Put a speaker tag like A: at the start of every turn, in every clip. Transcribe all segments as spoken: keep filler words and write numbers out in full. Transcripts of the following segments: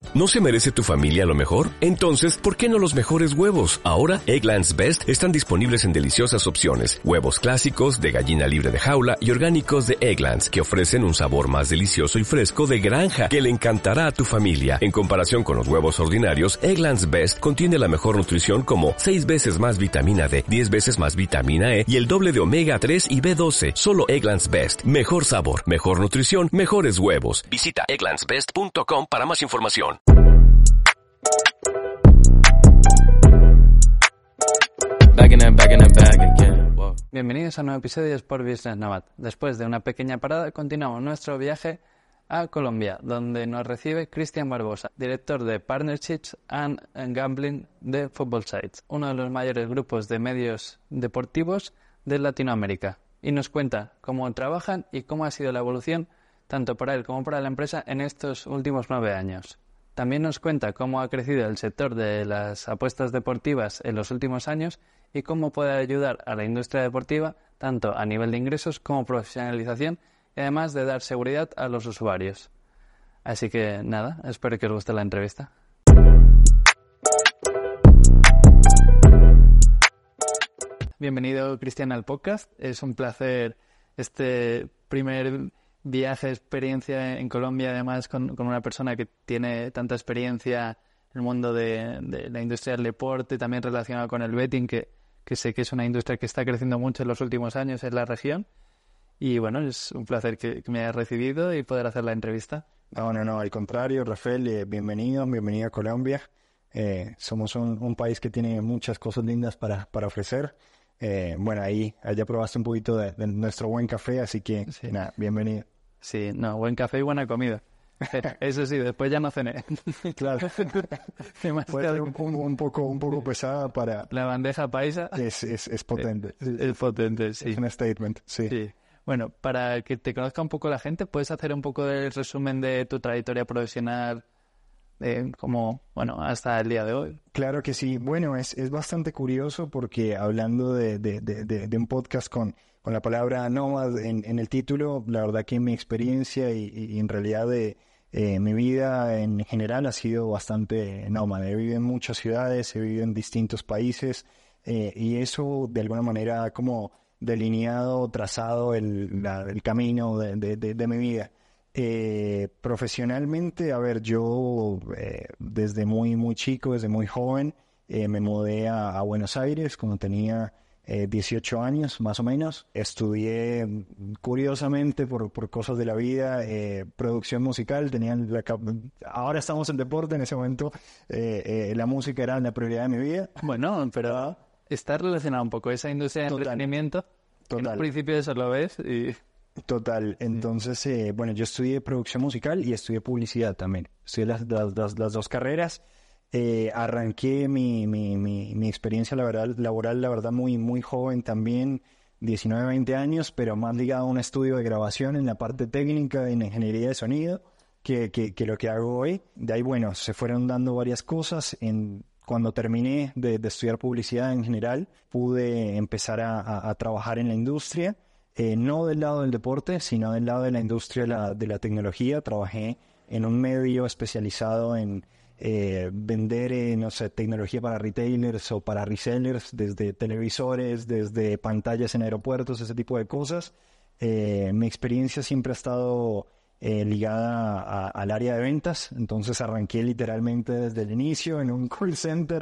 A: ¿No se merece tu familia lo mejor? Entonces, ¿por qué no los mejores huevos? Ahora, Eggland's Best están disponibles en deliciosas opciones. Huevos clásicos, de gallina libre de jaula y orgánicos de Eggland's, que ofrecen un sabor más delicioso y fresco de granja que le encantará a tu familia. En comparación con los huevos ordinarios, Eggland's Best contiene la mejor nutrición como seis veces más vitamina D, diez veces más vitamina E y el doble de omega tres y B doce. Solo Eggland's Best. Mejor sabor, mejor nutrición, mejores huevos. Visita egglands best punto com para más información.
B: Back in it, back in it, back again. Wow.
C: Bienvenidos a un nuevo episodio de Sport Business Nomad. Después de una pequeña parada, continuamos nuestro viaje a Colombia, donde nos recibe Cristian Barbosa, director de Partnerships and Gambling de Football Sites, uno de los mayores grupos de medios deportivos de Latinoamérica, y nos cuenta cómo trabajan y cómo ha sido la evolución tanto para él como para la empresa en estos últimos nueve años. También nos cuenta cómo ha crecido el sector de las apuestas deportivas en los últimos años y cómo puede ayudar a la industria deportiva tanto a nivel de ingresos como profesionalización y además de dar seguridad a los usuarios. Así que nada, espero que os guste la entrevista. Bienvenido, Cristian, al podcast. Es un placer este primer viaje, experiencia en Colombia, además con, con una persona que tiene tanta experiencia en el mundo de, de la industria del deporte, también relacionado con el betting, que, que sé que es una industria que está creciendo mucho en los últimos años en la región. Y bueno, es un placer que, que me hayas recibido y poder hacer la entrevista.
D: No, no, no, al contrario, Rafael, eh, bienvenido, bienvenido a Colombia. Eh, somos un, un país que tiene muchas cosas lindas para, para ofrecer. Eh, bueno, ahí ya probaste un poquito de, de nuestro buen café, así que
C: sí.
D: Nada, bienvenido.
C: Sí, no, buen café y buena comida. Eso sí, después ya no cené.
D: Claro. Puede ser un, un, un, poco, un poco pesada para...
C: La bandeja paisa.
D: Es, es, es potente.
C: Es, es potente, sí.
D: Es un statement, sí.
C: sí. Bueno, para que te conozca un poco la gente, ¿puedes hacer un poco del resumen de tu trayectoria profesional eh, como, bueno, hasta el día de hoy?
D: Claro que sí. Bueno, es, es bastante curioso porque hablando de, de, de, de, de un podcast con... Con la palabra nómad en, en el título, la verdad que mi experiencia y, y en realidad de eh, mi vida en general ha sido bastante nómada. He vivido en muchas ciudades, he vivido en distintos países eh, y eso de alguna manera ha como delineado, trazado el, la, el camino de, de, de, de mi vida. Eh, profesionalmente, a ver, yo eh, desde muy, muy chico, desde muy joven, eh, me mudé a, a Buenos Aires cuando tenía... Eh, dieciocho años más o menos. Estudié curiosamente por, por cosas de la vida eh, producción musical. Tenían la, ahora estamos en deporte, en ese momento eh, eh, la música era la prioridad de mi vida.
C: Bueno, pero está relacionado un poco esa industria de entretenimiento.
D: Total.
C: En un principio eso lo ves y...
D: Total, entonces eh, bueno, yo estudié producción musical y estudié publicidad también. Estudié las, las, las, las dos carreras. Eh, arranqué mi, mi, mi, mi experiencia laboral, laboral, la verdad, muy, muy joven también, diecinueve, veinte años, pero más ligado a un estudio de grabación en la parte técnica, en ingeniería de sonido, que, que, que lo que hago hoy. De ahí, bueno, se fueron dando varias cosas. En, cuando terminé de, de estudiar publicidad en general, pude empezar a, a, a trabajar en la industria, eh, no del lado del deporte, sino del lado de la industria de la, de la tecnología. Trabajé en un medio especializado en Eh, vender, eh, no sé, tecnología para retailers o para resellers, desde televisores, desde pantallas en aeropuertos, ese tipo de cosas. Eh, mi experiencia siempre ha estado eh, ligada a, al área de ventas, entonces arranqué literalmente desde el inicio en un call center,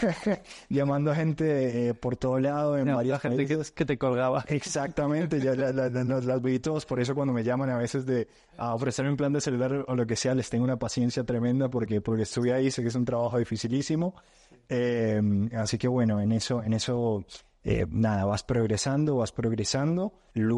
D: llamando a gente eh, por todo lado, en
C: no,
D: varios
C: la gente
D: países.
C: Que, que te colgaba.
D: Exactamente, ya la, la, la, las vi todos, por eso cuando me llaman a veces de a ofrecerme un plan de celular o lo que sea, les tengo una paciencia tremenda porque, porque estuve ahí, sé que es un trabajo dificilísimo. Eh, así que bueno, en eso, en eso eh, nada, vas progresando, vas progresando.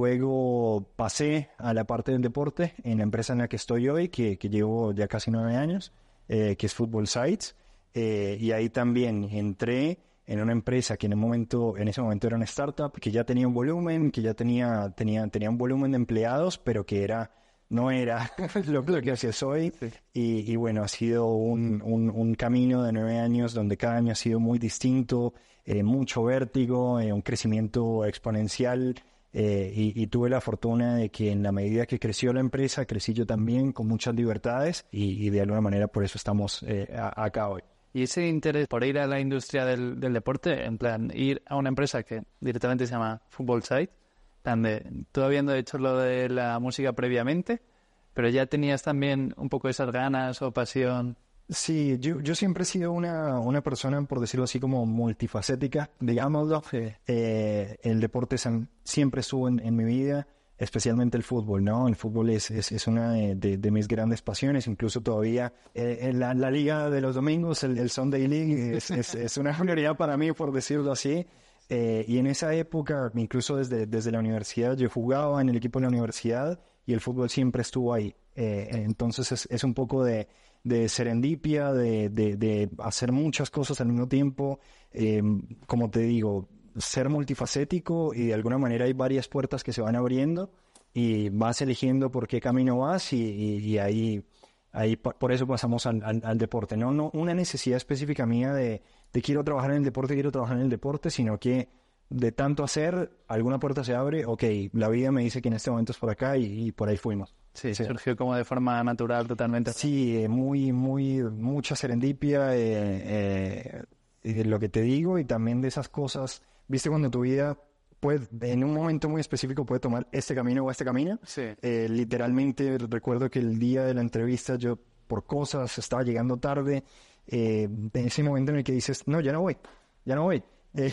D: Luego pasé a la parte del deporte en la empresa en la que estoy hoy, que, que llevo ya casi nueve años, eh, que es Football Sites. Eh, y ahí también entré en una empresa que en, un momento, en ese momento era una startup, que ya tenía un volumen, que ya tenía, tenía, tenía un volumen de empleados, pero que era... no era lo, lo que hacía hoy. Sí. Y, y bueno, ha sido un, un, un camino de nueve años donde cada año ha sido muy distinto, eh, mucho vértigo, eh, un crecimiento exponencial Eh, y, y tuve la fortuna de que en la medida que creció la empresa, crecí yo también con muchas libertades y, y de alguna manera por eso estamos eh, a, acá hoy.
C: Y ese interés por ir a la industria del, del deporte, en plan, ir a una empresa que directamente se llama Football Site, donde tú habiendo hecho lo de la música previamente, pero ya tenías también un poco esas ganas o pasión.
D: Sí, yo, yo siempre he sido una, una persona, por decirlo así, como multifacética, digámoslo.
C: Sí.
D: Eh, el deporte sem- siempre estuvo en, en mi vida, especialmente el fútbol, ¿no? El fútbol es, es, es una de, de, de mis grandes pasiones, incluso todavía eh, en la, la liga de los domingos, el, el Sunday League, es, es, es una prioridad para mí, por decirlo así. Eh, y en esa época, incluso desde, desde la universidad, yo jugaba en el equipo de la universidad y el fútbol siempre estuvo ahí. Eh, entonces es, es un poco de... de serendipia, de, de, de hacer muchas cosas al mismo tiempo, eh, como te digo, ser multifacético y de alguna manera hay varias puertas que se van abriendo y vas eligiendo por qué camino vas y, y, y ahí, ahí por eso pasamos al, al, al deporte. No, no una necesidad específica mía de, de quiero trabajar en el deporte, quiero trabajar en el deporte, sino que de tanto hacer, alguna puerta se abre, ok, la vida me dice que en este momento es por acá y, y por ahí fuimos.
C: Sí,
D: Sí.
C: surgió como de forma natural totalmente.
D: Sí, eh, muy, muy, mucha serendipia, eh, eh, lo que te digo, y también de esas cosas, viste, cuando tu vida puede, en un momento muy específico puede tomar este camino o este camino.
C: Sí.
D: Eh, literalmente recuerdo que el día de la entrevista yo por cosas estaba llegando tarde, eh, en ese momento en el que dices, no, ya no voy, ya no voy, eh,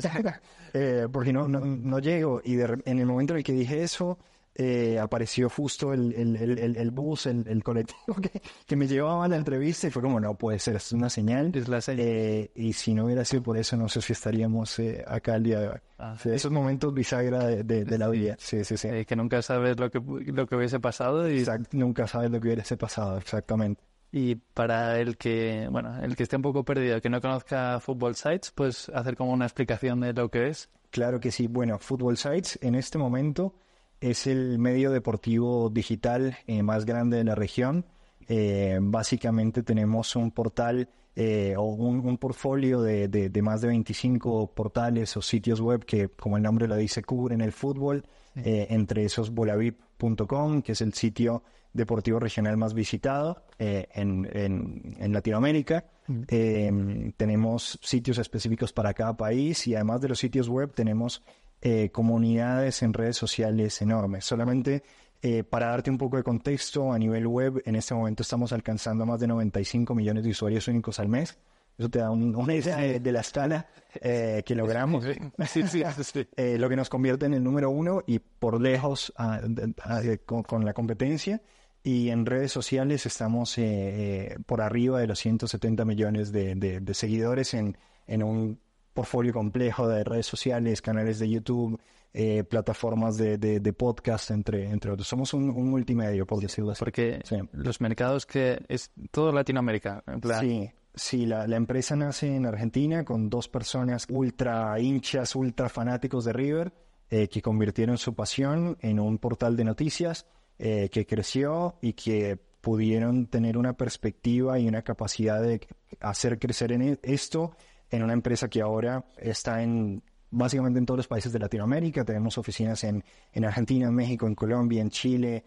D: eh, porque no, no, no llego, y de, en el momento en el que dije eso, Eh, apareció justo el, el, el, el bus, el, el colectivo que, que me llevaba a la entrevista y fue como, no puede ser, es una señal.
C: Es la señal.
D: Eh, y si no hubiera sido por eso, no sé si estaríamos eh, acá el día de hoy.
C: Ah,
D: Sí, esos momentos bisagra de, de, de la vida. Sí, sí, sí.
C: Eh, que nunca sabes lo que, lo que hubiese pasado y,
D: Exact- nunca sabes lo que hubiese pasado, exactamente.
C: y para el que, bueno, el que esté un poco perdido, que no conozca Football Sites, pues hacer como una explicación de lo que es.
D: Claro que sí. Bueno, Football Sites en este momento es el medio deportivo digital eh, más grande de la región. Eh, básicamente tenemos un portal eh, o un, un portfolio de, de, de más de veinticinco portales o sitios web que, como el nombre lo dice, cubren el fútbol. Eh, entre esos bolavip punto com, que es el sitio deportivo regional más visitado eh, en, en, en Latinoamérica. Mm. Eh, tenemos sitios específicos para cada país y además de los sitios web tenemos eh, comunidades en redes sociales enormes. Solamente eh, para darte un poco de contexto, a nivel web en este momento estamos alcanzando a más de noventa y cinco millones de usuarios únicos al mes. Eso te da un, una idea de, de la escala eh, que logramos.
C: Sí, sí, sí.
D: Eh, lo que nos convierte en el número uno y por lejos a, a, a, con, con la competencia. Y en redes sociales estamos eh, eh, por arriba de los ciento setenta millones de, de, de seguidores en, en un portfolio complejo de redes sociales, canales de YouTube, eh, plataformas de, de, de podcast, entre, entre otros. Somos un, un multimedio, por decirlo así.
C: Porque
D: sí.
C: Los mercados que es todo Latinoamérica, en plan.
D: Sí. Sí, la, la empresa nace en Argentina con dos personas ultra hinchas, ultra fanáticos de River, eh, que convirtieron su pasión en un portal de noticias eh, que creció y que pudieron tener una perspectiva y una capacidad de hacer crecer en esto en una empresa que ahora está en básicamente en todos los países de Latinoamérica. Tenemos oficinas en, en Argentina, en México, en Colombia, en Chile,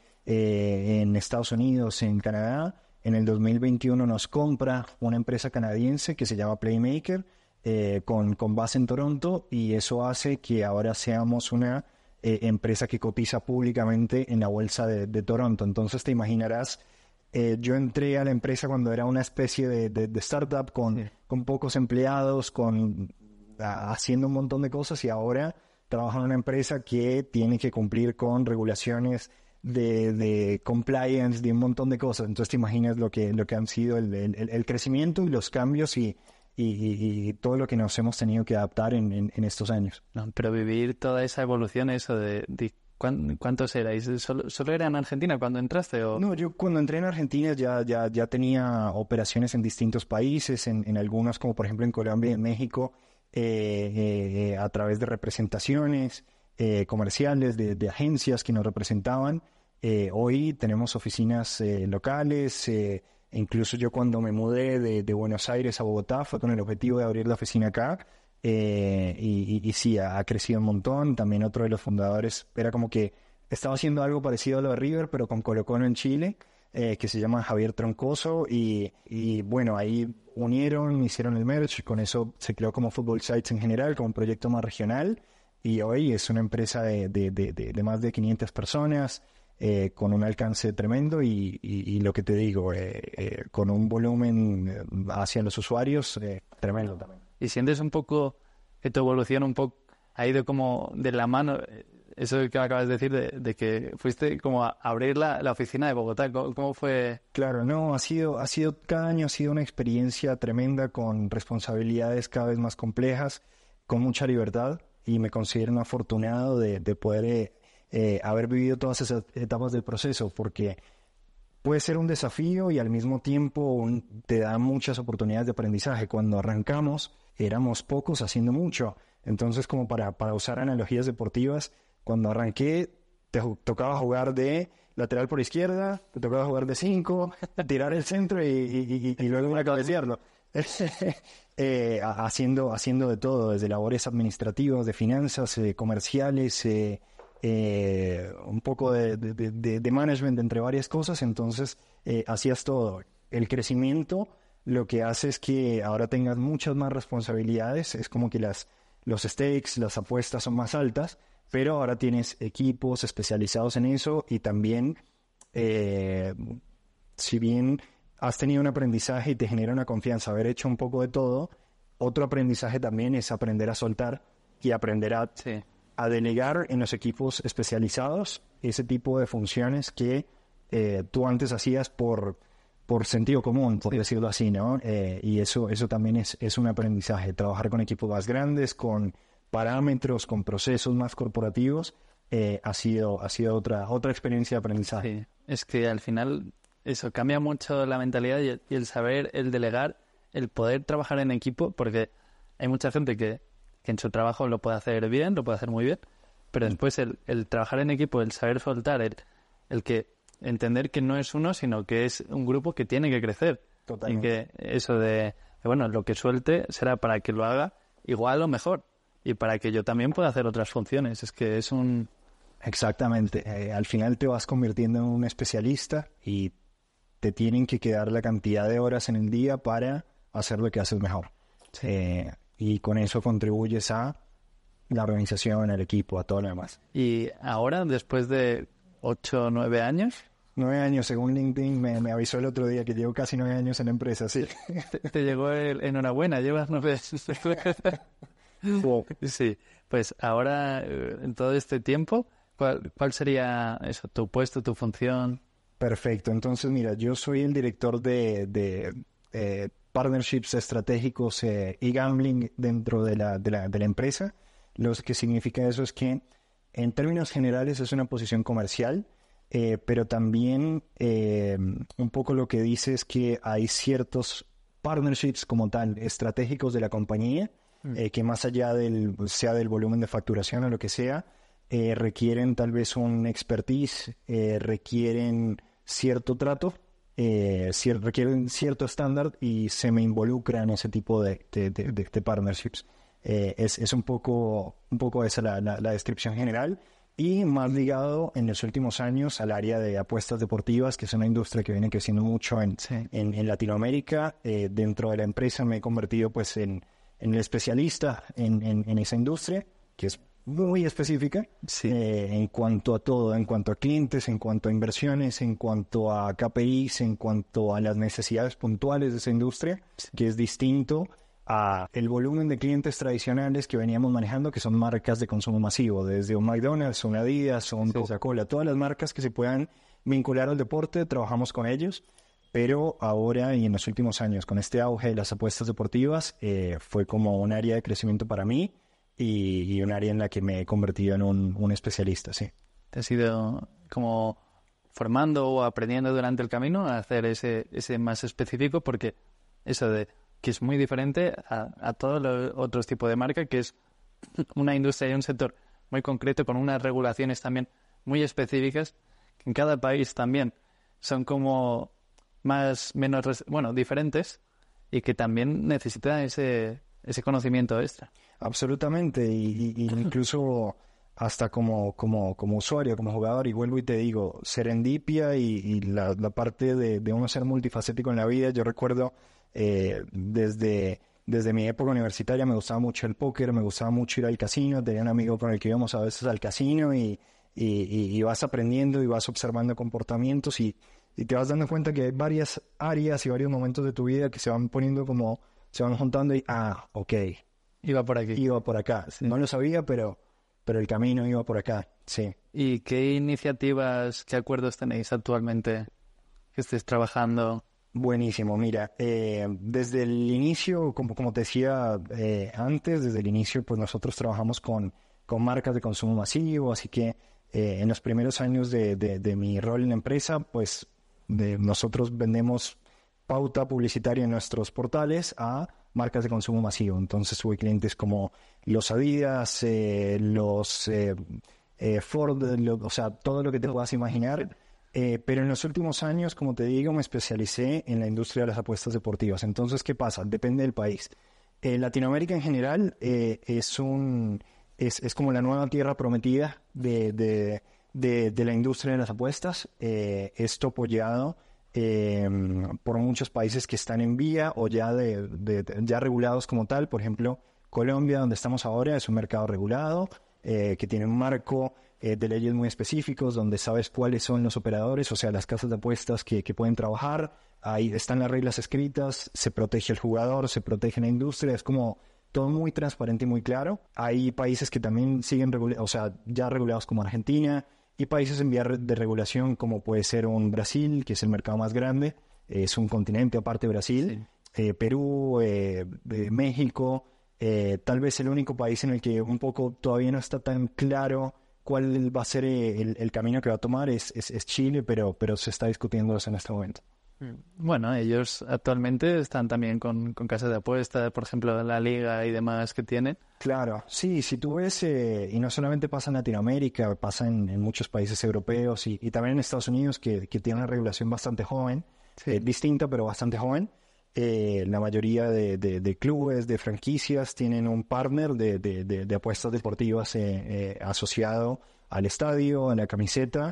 D: eh, en Estados Unidos, en Canadá. En el dos mil veintiuno nos compra una empresa canadiense que se llama Playmaker, eh, con, con base en Toronto, y eso hace que ahora seamos una eh, empresa que cotiza públicamente en la bolsa de, de Toronto. Entonces te imaginarás, eh, yo entré a la empresa cuando era una especie de, de, de startup con, sí. con pocos empleados, con, a, haciendo un montón de cosas, y ahora trabajo en una empresa que tiene que cumplir con regulaciones De, de compliance, de un montón de cosas. Entonces te imaginas lo que, lo que han sido el, el, el crecimiento y los cambios y, y, y, y todo lo que nos hemos tenido que adaptar en, en, en estos años.
C: No, pero vivir toda esa evolución, eso de, de ¿cuántos erais? ¿Solo, ¿Solo era en Argentina cuando entraste? O?
D: No, yo cuando entré en Argentina ya, ya, ya tenía operaciones en distintos países, en, en algunos como por ejemplo en Colombia y en México, eh, eh, a través de representaciones Eh, comerciales, de, de agencias que nos representaban. Eh, hoy tenemos oficinas eh, locales, eh, incluso yo cuando me mudé de, de Buenos Aires a Bogotá fue con el objetivo de abrir la oficina acá, Eh, y, y, y sí, ha, ha crecido un montón. También otro de los fundadores era como que estaba haciendo algo parecido a lo de River, pero con Colo-Colo en Chile, eh, que se llama Javier Troncoso. Y, y bueno, ahí unieron, hicieron el merge. Con eso se creó como Football Sites en general, como un proyecto más regional. Y hoy es una empresa de, de, de, de, de más de quinientas personas, eh, con un alcance tremendo y, y, y lo que te digo, eh, eh, con un volumen hacia los usuarios eh, tremendo también.
C: ¿Y sientes un poco que tu evolución un poco ha ido como de la mano, eso que acabas de decir, de, de que fuiste como a abrir la, la oficina de Bogotá? ¿Cómo, cómo fue?
D: Claro, no, ha sido, ha sido, cada año ha sido una experiencia tremenda con responsabilidades cada vez más complejas, con mucha libertad, y me considero un afortunado de, de poder eh, eh, haber vivido todas esas etapas del proceso, porque puede ser un desafío y al mismo tiempo un, te da muchas oportunidades de aprendizaje. Cuando arrancamos éramos pocos haciendo mucho, entonces como para, para usar analogías deportivas, cuando arranqué te tocaba jugar de lateral por izquierda, te tocaba jugar de cinco, tirar el centro y, y, y, y luego una cabecearlo. eh, haciendo, haciendo de todo, desde labores administrativas, de finanzas, eh, comerciales, eh, eh, un poco de, de, de, de management entre varias cosas. Entonces eh, hacías todo. El crecimiento lo que hace es que ahora tengas muchas más responsabilidades, es como que las, los stakes, las apuestas son más altas, pero ahora tienes equipos especializados en eso y también, eh, si bien has tenido un aprendizaje y te genera una confianza haber hecho un poco de todo, otro aprendizaje también es aprender a soltar y aprender a,
C: Sí.
D: a delegar en los equipos especializados ese tipo de funciones que eh, tú antes hacías por, por sentido común, por decirlo así, ¿no? Eh, y eso, eso también es, es un aprendizaje, trabajar con equipos más grandes, con parámetros, con procesos más corporativos, eh, ha sido, ha sido otra, otra experiencia de aprendizaje.
C: Sí. Es que al final eso cambia mucho la mentalidad y el, y el saber, el delegar, el poder trabajar en equipo, porque hay mucha gente que, que en su trabajo lo puede hacer bien, lo puede hacer muy bien, pero después el, el trabajar en equipo, el saber soltar, el, el que entender que no es uno, sino que es un grupo que tiene que crecer.
D: Totalmente.
C: Y que eso de, de, bueno, lo que suelte será para que lo haga igual o mejor, y para que yo también pueda hacer otras funciones. Es que es un...
D: Exactamente. Eh, al final te vas convirtiendo en un especialista y te tienen que quedar la cantidad de horas en el día para hacer lo que haces mejor.
C: Sí.
D: Eh, y con eso contribuyes a la organización, al equipo, a todo lo demás.
C: Y ahora, después de ocho o nueve años...
D: Nueve años, según LinkedIn, me, me avisó el otro día que llevo casi nueve años en la empresa, sí.
C: Te, te llegó el enhorabuena, llevas nueve años.
D: Wow.
C: Sí, pues ahora, en todo este tiempo, ¿cuál, cuál sería eso, tu puesto, tu función?
D: Perfecto. Entonces, mira, yo soy el director de, de eh, partnerships estratégicos eh, y gambling dentro de la, de, la, de la empresa. Lo que significa eso es que, en términos generales, es una posición comercial, eh, pero también eh, un poco lo que dice es que hay ciertos partnerships como tal, estratégicos de la compañía, mm. eh, que más allá del, sea del volumen de facturación o lo que sea, eh, requieren tal vez un expertise, eh, requieren cierto trato, eh, cier- requieren cierto estándar y se me involucra en ese tipo de, de, de, de, de partnerships. Eh, es, es un poco, un poco esa la, la, la descripción general, y más ligado en los últimos años al área de apuestas deportivas, que es una industria que viene creciendo mucho en,
C: Sí.
D: en, en Latinoamérica. Eh, dentro de la empresa me he convertido pues en, en el especialista en, en, en esa industria, que es muy específica,
C: Sí.
D: eh, en cuanto a todo, en cuanto a clientes, en cuanto a inversiones, en cuanto a K P Is, en cuanto a las necesidades puntuales de esa industria, sí. que es distinto a el volumen de clientes tradicionales que veníamos manejando, que son marcas de consumo masivo, desde un McDonald's, un Adidas, un sí. Coca-Cola, todas las marcas que se puedan vincular al deporte, trabajamos con ellos. Pero ahora y en los últimos años, con este auge de las apuestas deportivas, eh, fue como un área de crecimiento para mí y, y un área en la que me he convertido en un, un especialista, sí.
C: ¿Te has ido como formando o aprendiendo durante el camino a hacer ese, ese más específico? Porque eso de que es muy diferente a, a todos los otros tipos de marca, que es una industria y un sector muy concreto, con unas regulaciones también muy específicas, que en cada país también son como más, menos, bueno, diferentes, y que también necesitan ese, ese conocimiento extra.
D: Absolutamente, y, y, y incluso hasta como, como, como usuario, como jugador, y vuelvo y te digo, serendipia y, y la, la parte de, de uno ser multifacético en la vida. Yo recuerdo eh, desde, desde mi época universitaria me gustaba mucho el póker, me gustaba mucho ir al casino, tenía un amigo con el que íbamos a veces al casino y, y, y, y vas aprendiendo y vas observando comportamientos y, y te vas dando cuenta que hay varias áreas y varios momentos de tu vida que se van poniendo como, se van juntando y, ah, ok.
C: Iba por aquí.
D: Iba por acá. Sí. No lo sabía, pero, pero el camino iba por acá, sí.
C: ¿Y qué iniciativas, qué acuerdos tenéis actualmente que estéis trabajando?
D: Buenísimo, mira, eh, desde el inicio, como, como te decía eh, antes, desde el inicio, pues nosotros trabajamos con, con marcas de consumo masivo, así que eh, en los primeros años de, de, de mi rol en la empresa, pues de, nosotros vendemos pauta publicitaria en nuestros portales a marcas de consumo masivo. Entonces tuve clientes como los Adidas, eh, los eh, eh, Ford, lo, o sea, todo lo que te puedas imaginar. Eh, pero en los últimos años, como te digo, me especialicé en la industria de las apuestas deportivas. Entonces, ¿qué pasa? Depende del país. Eh, Latinoamérica en general eh, es un es, es como la nueva tierra prometida de, de, de, de la industria de las apuestas. Eh, esto apoyado Eh, por muchos países que están en vía o ya de, de, de ya regulados como tal. Por ejemplo, Colombia, donde estamos ahora, es un mercado regulado eh, que tiene un marco eh, de leyes muy específicos donde sabes cuáles son los operadores, o sea, las casas de apuestas que, que pueden trabajar. Ahí están las reglas escritas, se protege el jugador, se protege la industria, es como todo muy transparente y muy claro. Hay países que también siguen regula- o sea, ya regulados como Argentina, y países en vía de regulación como puede ser un Brasil, que es el mercado más grande, eh, es un continente aparte de Brasil, sí. eh, Perú, eh, eh, México, eh, tal vez el único país en el que un poco todavía no está tan claro cuál va a ser el, el camino que va a tomar es, es, es Chile, pero, pero se está discutiendo eso en este momento.
C: Bueno, ellos actualmente están también con, con casas de apuestas, por ejemplo, la liga y demás que tienen.
D: Claro, sí, si tú ves, eh, y no solamente pasa en Latinoamérica, pasa en, en muchos países europeos y, y también en Estados Unidos, que, que tiene una regulación bastante joven, sí. eh, distinta pero bastante joven. Eh, la mayoría de, de, de clubes, de franquicias, tienen un partner de, de, de, de apuestas deportivas eh, eh, asociado al estadio, a la camiseta,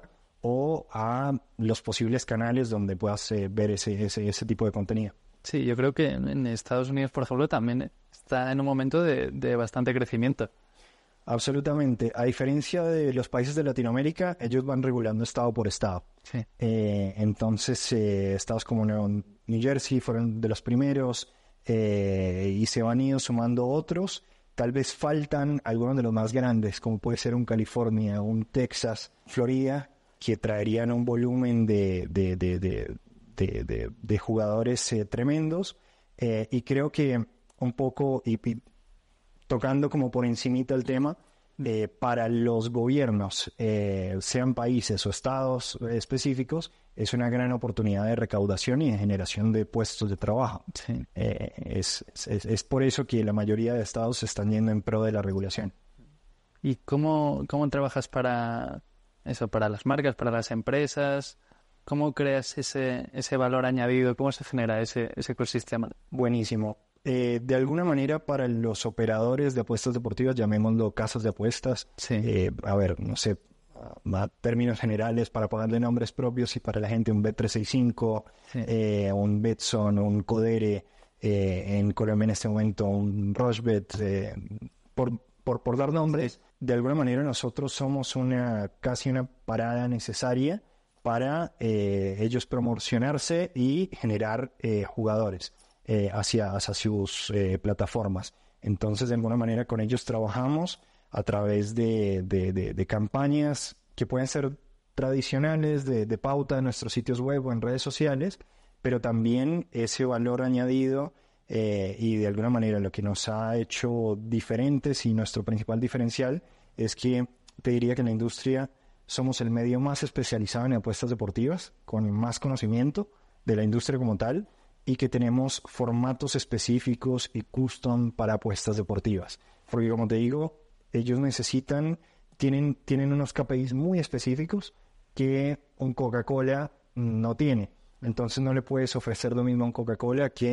D: o a los posibles canales donde puedas eh, ver ese, ese, ese tipo de contenido.
C: Sí, yo creo que en Estados Unidos, por ejemplo, también está en un momento de, de bastante crecimiento.
D: Absolutamente. A diferencia de los países de Latinoamérica, ellos van regulando estado por estado.
C: Sí.
D: Eh, entonces, eh, estados como New Jersey fueron de los primeros eh, y se van ido sumando otros. Tal vez faltan algunos de los más grandes, como puede ser un California, un Texas, Florida, que traerían un volumen de, de, de, de, de, de, de jugadores eh, tremendos. Eh, y creo que un poco, y, y tocando como por encimita el tema, eh, para los gobiernos, eh, sean países o estados específicos, es una gran oportunidad de recaudación y de generación de puestos de trabajo.
C: Sí.
D: Eh, es, es, es por eso que la mayoría de estados se están yendo en pro de la regulación.
C: ¿Y cómo, cómo trabajas para eso, para las marcas, para las empresas? ¿Cómo creas ese, ese valor añadido? ¿Cómo se genera ese, ese ecosistema?
D: Buenísimo. Eh, de alguna manera, para los operadores de apuestas deportivas, llamémoslo casas de apuestas,
C: sí.
D: eh, a ver, no sé, a términos generales, para ponerle nombres propios, y para la gente un Bet trescientos sesenta y cinco, sí. eh, un Betson, un Codere, eh, en Colombia en este momento un Rochebet, eh, por, por, por dar nombres, sí. De alguna manera nosotros somos una casi una parada necesaria para eh, ellos promocionarse y generar eh, jugadores eh, hacia, hacia sus eh, plataformas. Entonces, de alguna manera, con ellos trabajamos a través de, de, de, de campañas que pueden ser tradicionales, de, de pauta en nuestros sitios web o en redes sociales, pero también ese valor añadido eh, y de alguna manera lo que nos ha hecho diferentes y nuestro principal diferencial es que te diría que en la industria somos el medio más especializado en apuestas deportivas, con más conocimiento de la industria como tal, y que tenemos formatos específicos y custom para apuestas deportivas. Porque como te digo, ellos necesitan, tienen, tienen unos K P Is muy específicos que un Coca-Cola no tiene. Entonces no le puedes ofrecer lo mismo a un Coca-Cola que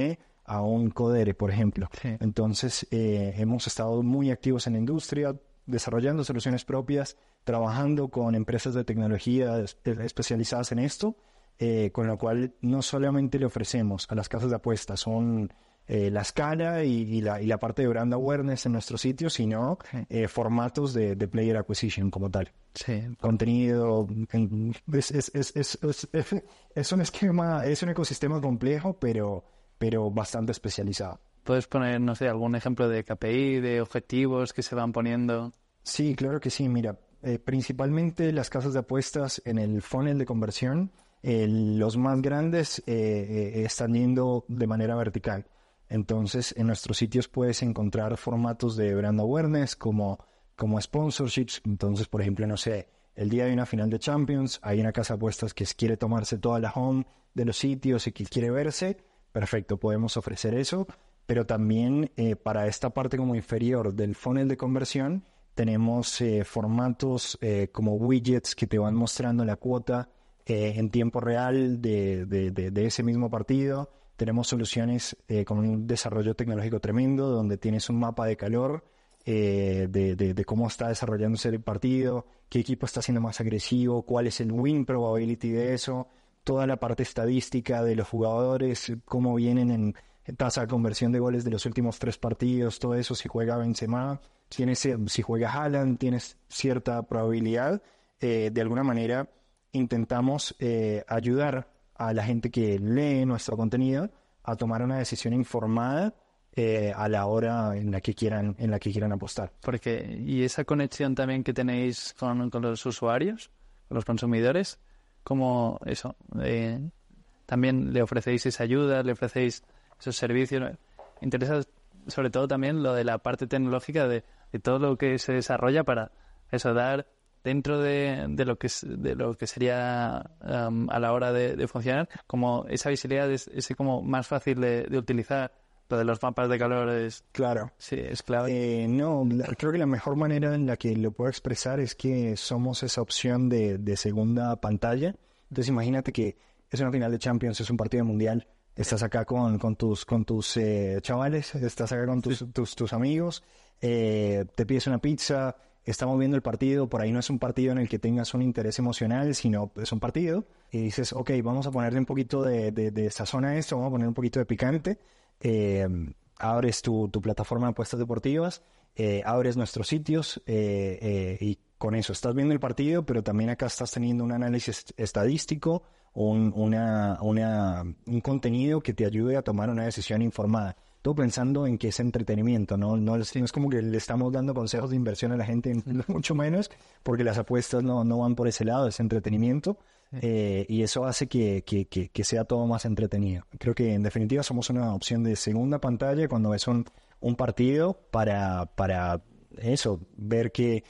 D: a un Codere, por ejemplo.
C: Sí.
D: Entonces, eh, hemos estado muy activos en la industria, desarrollando soluciones propias, trabajando con empresas de tecnología es- especializadas en esto, eh, con lo cual no solamente le ofrecemos a las casas de apuestas son eh, la escala y, y, la, y la parte de brand awareness en nuestro sitio, sino eh, formatos de, de player acquisition como tal.
C: Sí,
D: Contenido, en- es, es, es, es, es, es- es un esquema, es un ecosistema complejo, pero, pero bastante especializado.
C: ¿puedes poner, no sé, algún ejemplo de K P I, de objetivos que se van poniendo?
D: Sí, claro que sí. Mira, eh, principalmente las casas de apuestas en el funnel de conversión, eh, los más grandes eh, eh, están yendo de manera vertical. Entonces, en nuestros sitios puedes encontrar formatos de brand awareness como, como sponsorships. Entonces, por ejemplo, no sé, el día de una final de Champions, hay una casa de apuestas que quiere tomarse toda la home de los sitios y que quiere verse. Perfecto, podemos ofrecer eso. Pero también eh, para esta parte como inferior del funnel de conversión, tenemos eh, formatos eh, como widgets que te van mostrando la cuota eh, en tiempo real de, de, de, de ese mismo partido. Tenemos soluciones eh, con un desarrollo tecnológico tremendo, donde tienes un mapa de calor eh, de, de, de cómo está desarrollándose el partido, qué equipo está siendo más agresivo, cuál es el win probability de eso, toda la parte estadística de los jugadores, cómo vienen en tasa de conversión de goles de los últimos tres partidos, todo eso, si juega Benzema, tienes, eh, si juega Haaland, tienes cierta probabilidad. Eh, de alguna manera intentamos eh, ayudar a la gente que lee nuestro contenido a tomar una decisión informada eh, a la hora en la que quieran, en la que quieran apostar.
C: Porque, y esa conexión también que tenéis con, con los usuarios, con los consumidores, como eso, eh, también le ofrecéis esa ayuda, le ofrecéis esos servicios. Me interesa sobre todo también lo de la parte tecnológica de, de todo lo que se desarrolla para eso, dar dentro de, de lo que es, de lo que sería um, a la hora de, de funcionar, como esa visibilidad, es, ese como más fácil de, de utilizar. Lo de los mapas de calor es,
D: Claro.
C: sí, es clave.
D: Eh, no, la- creo que la mejor manera en la que lo puedo expresar es que somos esa opción de, de segunda pantalla. Entonces imagínate que es una final de Champions, es un partido mundial, estás acá con, con tus, con tus eh, chavales, estás acá con tus, tus, tus amigos, eh, te pides una pizza, estamos viendo el partido, por ahí no es un partido en el que tengas un interés emocional, sino es un partido, y dices, ok, vamos a ponerle un poquito de, de, de sazón a esto, vamos a poner un poquito de picante. Eh, abres tu, tu plataforma de apuestas deportivas, eh, abres nuestros sitios eh, eh, y con eso estás viendo el partido, pero también acá estás teniendo un análisis estadístico, un, una, una, un contenido que te ayude a tomar una decisión informada. Todo pensando en que es entretenimiento, ¿no? No, no es como que le estamos dando consejos de inversión a la gente, mucho menos, porque las apuestas no, no van por ese lado, es entretenimiento. Eh, y eso hace que, que, que, que sea todo más entretenido. Creo que en definitiva somos una opción de segunda pantalla cuando ves un, un partido para, para eso, ver que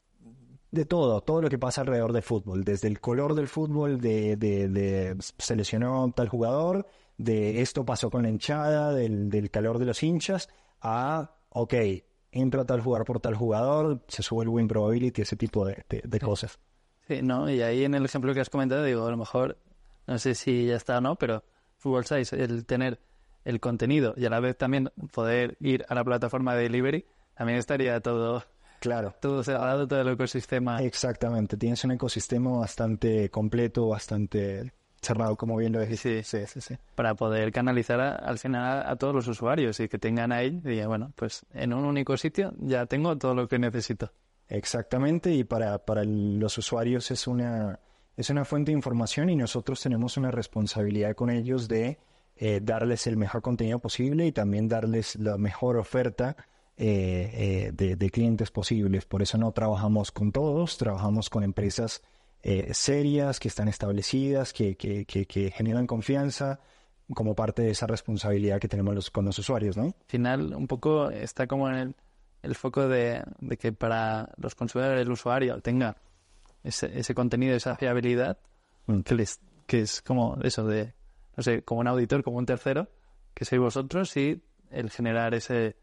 D: de todo, todo lo que pasa alrededor del fútbol, desde el color del fútbol, de, de, de se lesionó tal jugador, de esto pasó con la hinchada, del, del calor de los hinchas, a, ok, entra tal jugador por tal jugador, se sube el win probability, ese tipo de, de, de cosas.
C: Sí, ¿no? Y ahí en el ejemplo que has comentado, digo, a lo mejor, no sé si ya está o no, pero Football Size, el tener el contenido y a la vez también poder ir a la plataforma de delivery, también estaría todo,
D: Claro.
C: todo cerrado, todo el ecosistema.
D: Exactamente, tienes un ecosistema bastante completo, bastante cerrado, como bien lo dijiste.
C: Sí.
D: Sí, sí, sí.
C: Para poder canalizar a- al final a, a todos los usuarios y que tengan ahí, y digan, bueno, pues en un único sitio ya tengo todo lo que necesito.
D: Exactamente, y para, para el- los usuarios es una, es una fuente de información y nosotros tenemos una responsabilidad con ellos de eh, darles el mejor contenido posible y también darles la mejor oferta eh, eh, de, de clientes posibles. Por eso no trabajamos con todos, trabajamos con empresas eh, serias, que están establecidas, que, que, que, que generan confianza como parte de esa responsabilidad que tenemos los, con los usuarios, ¿no?
C: Al final, un poco está como en el, el foco de, de que para los consumidores, el usuario tenga ese, ese contenido, esa fiabilidad,
D: Mm.
C: que, les, que es como eso de, no sé, como un auditor, como un tercero, que sois vosotros, y el generar ese,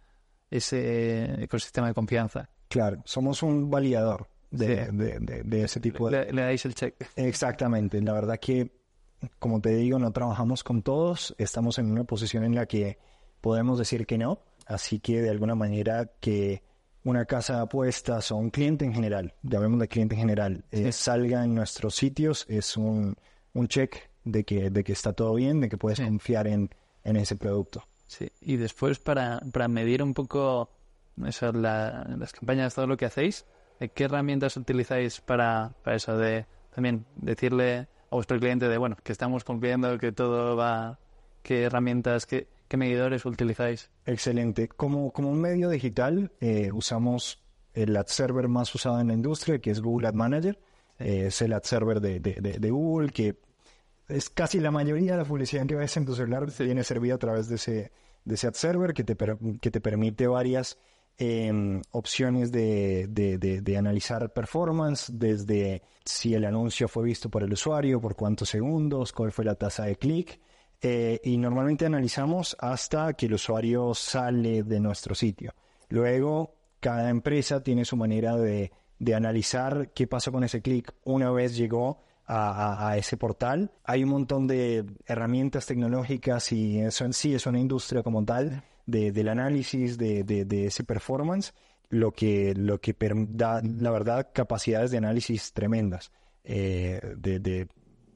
C: ese ecosistema de confianza.
D: Claro, somos un validador de,
C: Sí.
D: de, de, de ese tipo de...
C: Le, le dais el check.
D: Exactamente, la verdad que, como te digo, no trabajamos con todos, estamos en una posición en la que podemos decir que no. Así que de alguna manera que una casa de apuestas o un cliente en general, llamemos de cliente en general, eh, sí. salga en nuestros sitios, es un, un check de que, de que está todo bien, de que puedes sí. confiar en, en ese producto.
C: Sí, y después para, para medir un poco eso, la, las campañas, todo lo que hacéis, ¿qué herramientas utilizáis para, para eso? De también decirle a vuestro cliente de, bueno, que estamos cumpliendo, que todo va, qué herramientas, qué, qué medidores utilizáis.
D: Excelente. Como, como un medio digital, eh, usamos el ad server más usado en la industria, que es Google Ad Manager. Sí. Eh, es el ad server de, de, de, de Google, que es casi la mayoría de la publicidad que ves en tu celular sí. viene servida a través de ese, de ese ad server, que te, per, que te permite varias Eh, opciones de, de, de, de analizar performance, desde si el anuncio fue visto por el usuario, por cuántos segundos, cuál fue la tasa de clic, eh, y normalmente analizamos hasta que el usuario sale de nuestro sitio. Luego, cada empresa tiene su manera de, de analizar qué pasó con ese clic una vez llegó a, a, a ese portal. Hay un montón de herramientas tecnológicas y eso en sí es una industria como tal de, del análisis de, de, de ese performance, lo que, lo que per, da, la verdad, capacidades de análisis tremendas, eh, de, de,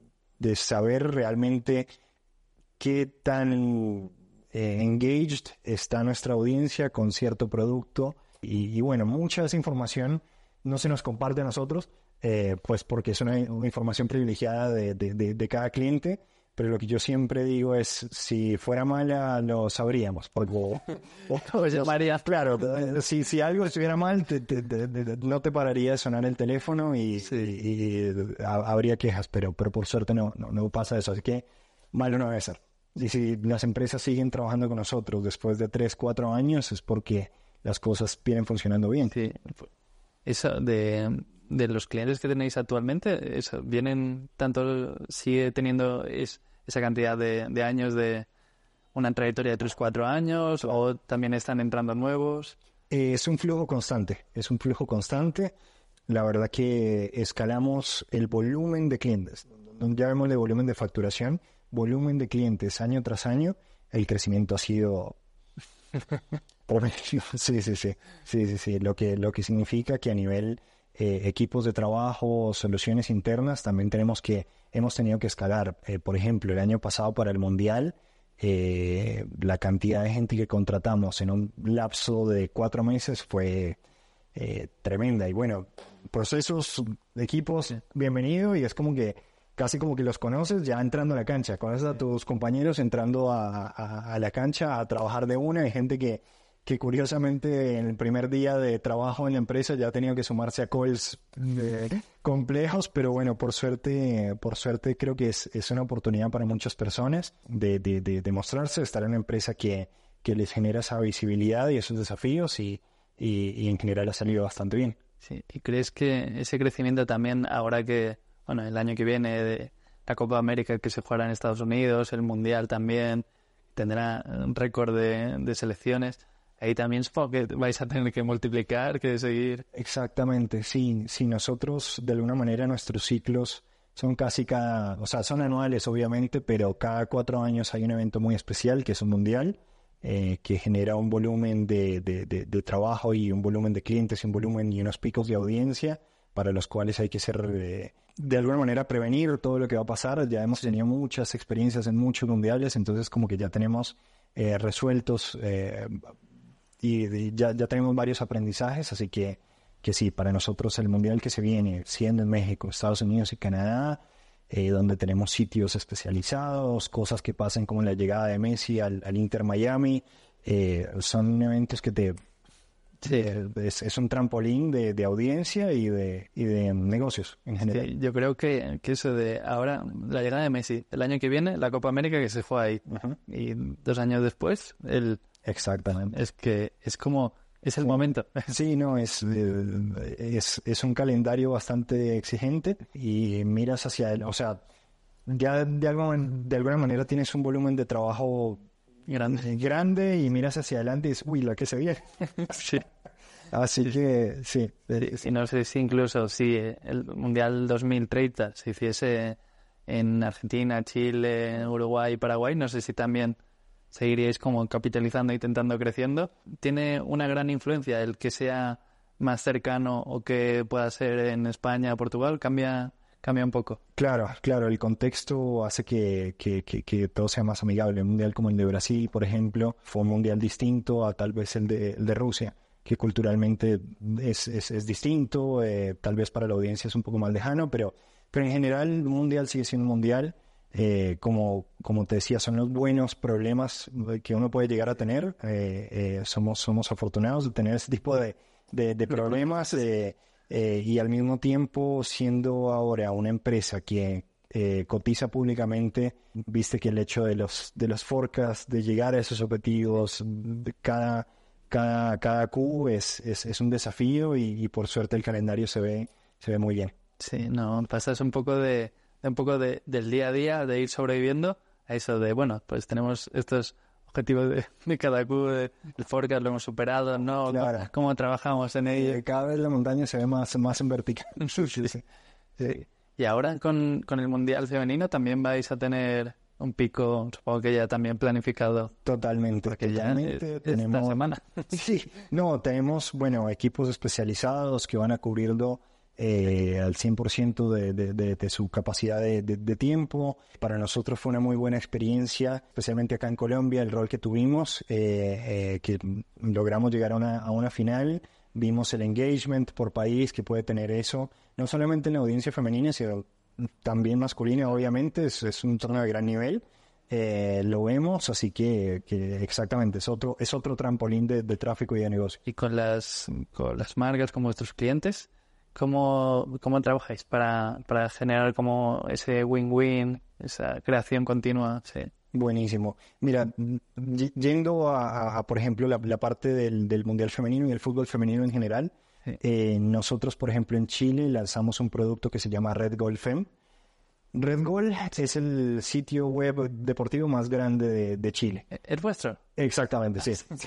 D: de saber realmente qué tan eh, engaged está nuestra audiencia con cierto producto y, y bueno, mucha de esa información no se nos comparte a nosotros, eh, pues porque es una, una información privilegiada de, de, de, de cada cliente. Pero lo que yo siempre digo es, si fuera mala, lo sabríamos. Porque,
C: Oye, María.
D: Claro, si, si algo estuviera mal, te, te, te, te, no te pararía de sonar el teléfono y, sí. y, y a, habría quejas, pero, pero por suerte no, no, no pasa eso. Así que malo no debe ser. Y si las empresas siguen trabajando con nosotros después de tres, cuatro años, es porque las cosas vienen funcionando bien.
C: Sí. Eso de... de los clientes que tenéis actualmente, eso, ¿vienen tanto, sigue teniendo es, esa cantidad de, de años de una trayectoria de tres, cuatro años o también están entrando nuevos?
D: Eh, es un flujo constante, es un flujo constante. La verdad que escalamos el volumen de clientes, ya vemos el volumen de facturación, volumen de clientes año tras año, el crecimiento ha sido... sí, sí, sí, sí, sí, sí, lo que, lo que significa que a nivel... Eh, equipos de trabajo, soluciones internas, también tenemos que, hemos tenido que escalar. Eh, por ejemplo, el año pasado para el Mundial, eh, la cantidad de gente que contratamos en un lapso de cuatro meses fue eh, tremenda. Y bueno, procesos de equipos, sí. bienvenido, y es como que casi como que los conoces ya entrando a la cancha. Conoces a tus compañeros entrando a, a, a la cancha a trabajar de una. Hay gente que que curiosamente en el primer día de trabajo en la empresa ya ha tenido que sumarse a calls eh, complejos, pero bueno, por suerte, por suerte creo que es, es una oportunidad para muchas personas de, de, de, de mostrarse, de estar en una empresa que, que les genera esa visibilidad y esos desafíos y, y, y en general ha salido bastante bien.
C: Sí, ¿y crees que ese crecimiento también ahora que, bueno, el año que viene de la Copa América que se jugará en Estados Unidos, el Mundial también tendrá un récord de, de selecciones? Ahí también supongo que vais a tener que multiplicar, que seguir.
D: Exactamente, sí. Sí, nosotros de alguna manera nuestros ciclos son casi cada... O sea, son anuales obviamente, pero cada cuatro años hay un evento muy especial que es un mundial, eh, que genera un volumen de, de, de, de trabajo y un volumen de clientes y un volumen y unos picos de audiencia para los cuales hay que ser... Eh, de alguna manera prevenir todo lo que va a pasar. Ya hemos tenido muchas experiencias en muchos mundiales, entonces como que ya tenemos eh, resueltos... Eh, y ya, ya tenemos varios aprendizajes, así que, que sí, para nosotros el mundial que se viene, siendo en México, Estados Unidos y Canadá, eh, donde tenemos sitios especializados, cosas que pasan como la llegada de Messi al, al Inter Miami, eh, son eventos que te... Sí. Eh, es, es un trampolín de, de audiencia y de, y de negocios en general.
C: Sí, yo creo que, que eso de ahora, la llegada de Messi, el año que viene, la Copa América que se juega ahí, uh-huh. y dos años después, el...
D: Exactamente.
C: Es que es como, es el sí. momento.
D: Sí, no, es, es, es un calendario bastante exigente y miras hacia él, o sea, ya de, algo, de alguna manera tienes un volumen de trabajo grande, grande y miras hacia adelante y dices, uy, la que se viene.
C: Sí.
D: Así sí. que, sí.
C: Y no sé si incluso si el Mundial dos mil treinta se hiciese en Argentina, Chile, Uruguay y Paraguay, no sé si también seguiríais como capitalizando, intentando creciendo. ¿Tiene una gran influencia el que sea más cercano o que pueda ser en España o Portugal? ¿Cambia, cambia un poco?
D: Claro, claro, el contexto hace que, que, que, que todo sea más amigable. Un mundial como el de Brasil, por ejemplo, fue un mundial distinto a tal vez el de, el de Rusia, que culturalmente es, es, es distinto, eh, tal vez para la audiencia es un poco más lejano, pero, pero en general un mundial sigue siendo un mundial. Eh, como, como te decía, son los buenos problemas que uno puede llegar a tener. Eh, eh, somos, somos afortunados de tener ese tipo de, de, de problemas eh, eh, y al mismo tiempo, siendo ahora una empresa que eh, cotiza públicamente, viste que el hecho de los, de los forecasts, de llegar a esos objetivos, de cada, cada, cada Q es, es, es un desafío y, y por suerte el calendario se ve, se ve muy bien.
C: Sí, no, pasas un poco de... un poco de, del día a día, de ir sobreviviendo a eso de, bueno, pues tenemos estos objetivos de, de cada Q, de, el forecast lo hemos superado, ¿no?
D: Claro.
C: ¿Cómo, cómo trabajamos en ello?
D: Eh, cada vez la montaña se ve más, más en vertical.
C: Sí, sí. Sí. Y ahora con, con el Mundial Femenino también vais a tener un pico, supongo que ya también planificado.
D: Totalmente.
C: Porque
D: totalmente.
C: ya es,
D: tenemos
C: esta semana.
D: Sí, no, tenemos, bueno, equipos especializados que van a cubrirlo Eh, al cien por ciento de, de, de, de su capacidad de, de, de tiempo. Para nosotros fue una muy buena experiencia, especialmente acá en Colombia, el rol que tuvimos, eh, eh, que logramos llegar a una, a una final. Vimos el engagement por país que puede tener eso, no solamente en la audiencia femenina, sino también masculina, obviamente. Es, es un torneo de gran nivel. Eh, lo vemos, así que, que exactamente, es otro, es otro trampolín de, de tráfico y de negocio.
C: Y con las, con las marcas, con vuestros clientes, ¿Cómo, cómo trabajáis para, para generar como ese win-win, esa creación continua? Sí.
D: Buenísimo. Mira, y- yendo a, a, a, por ejemplo, la, la parte del, del Mundial Femenino y el fútbol femenino en general,
C: Sí.
D: eh, nosotros, por ejemplo, en Chile lanzamos un producto que se llama Red Goal Fem. Red Goal es el sitio web deportivo más grande de, de Chile.
C: ¿Es vuestro?
D: Exactamente, sí. Sí,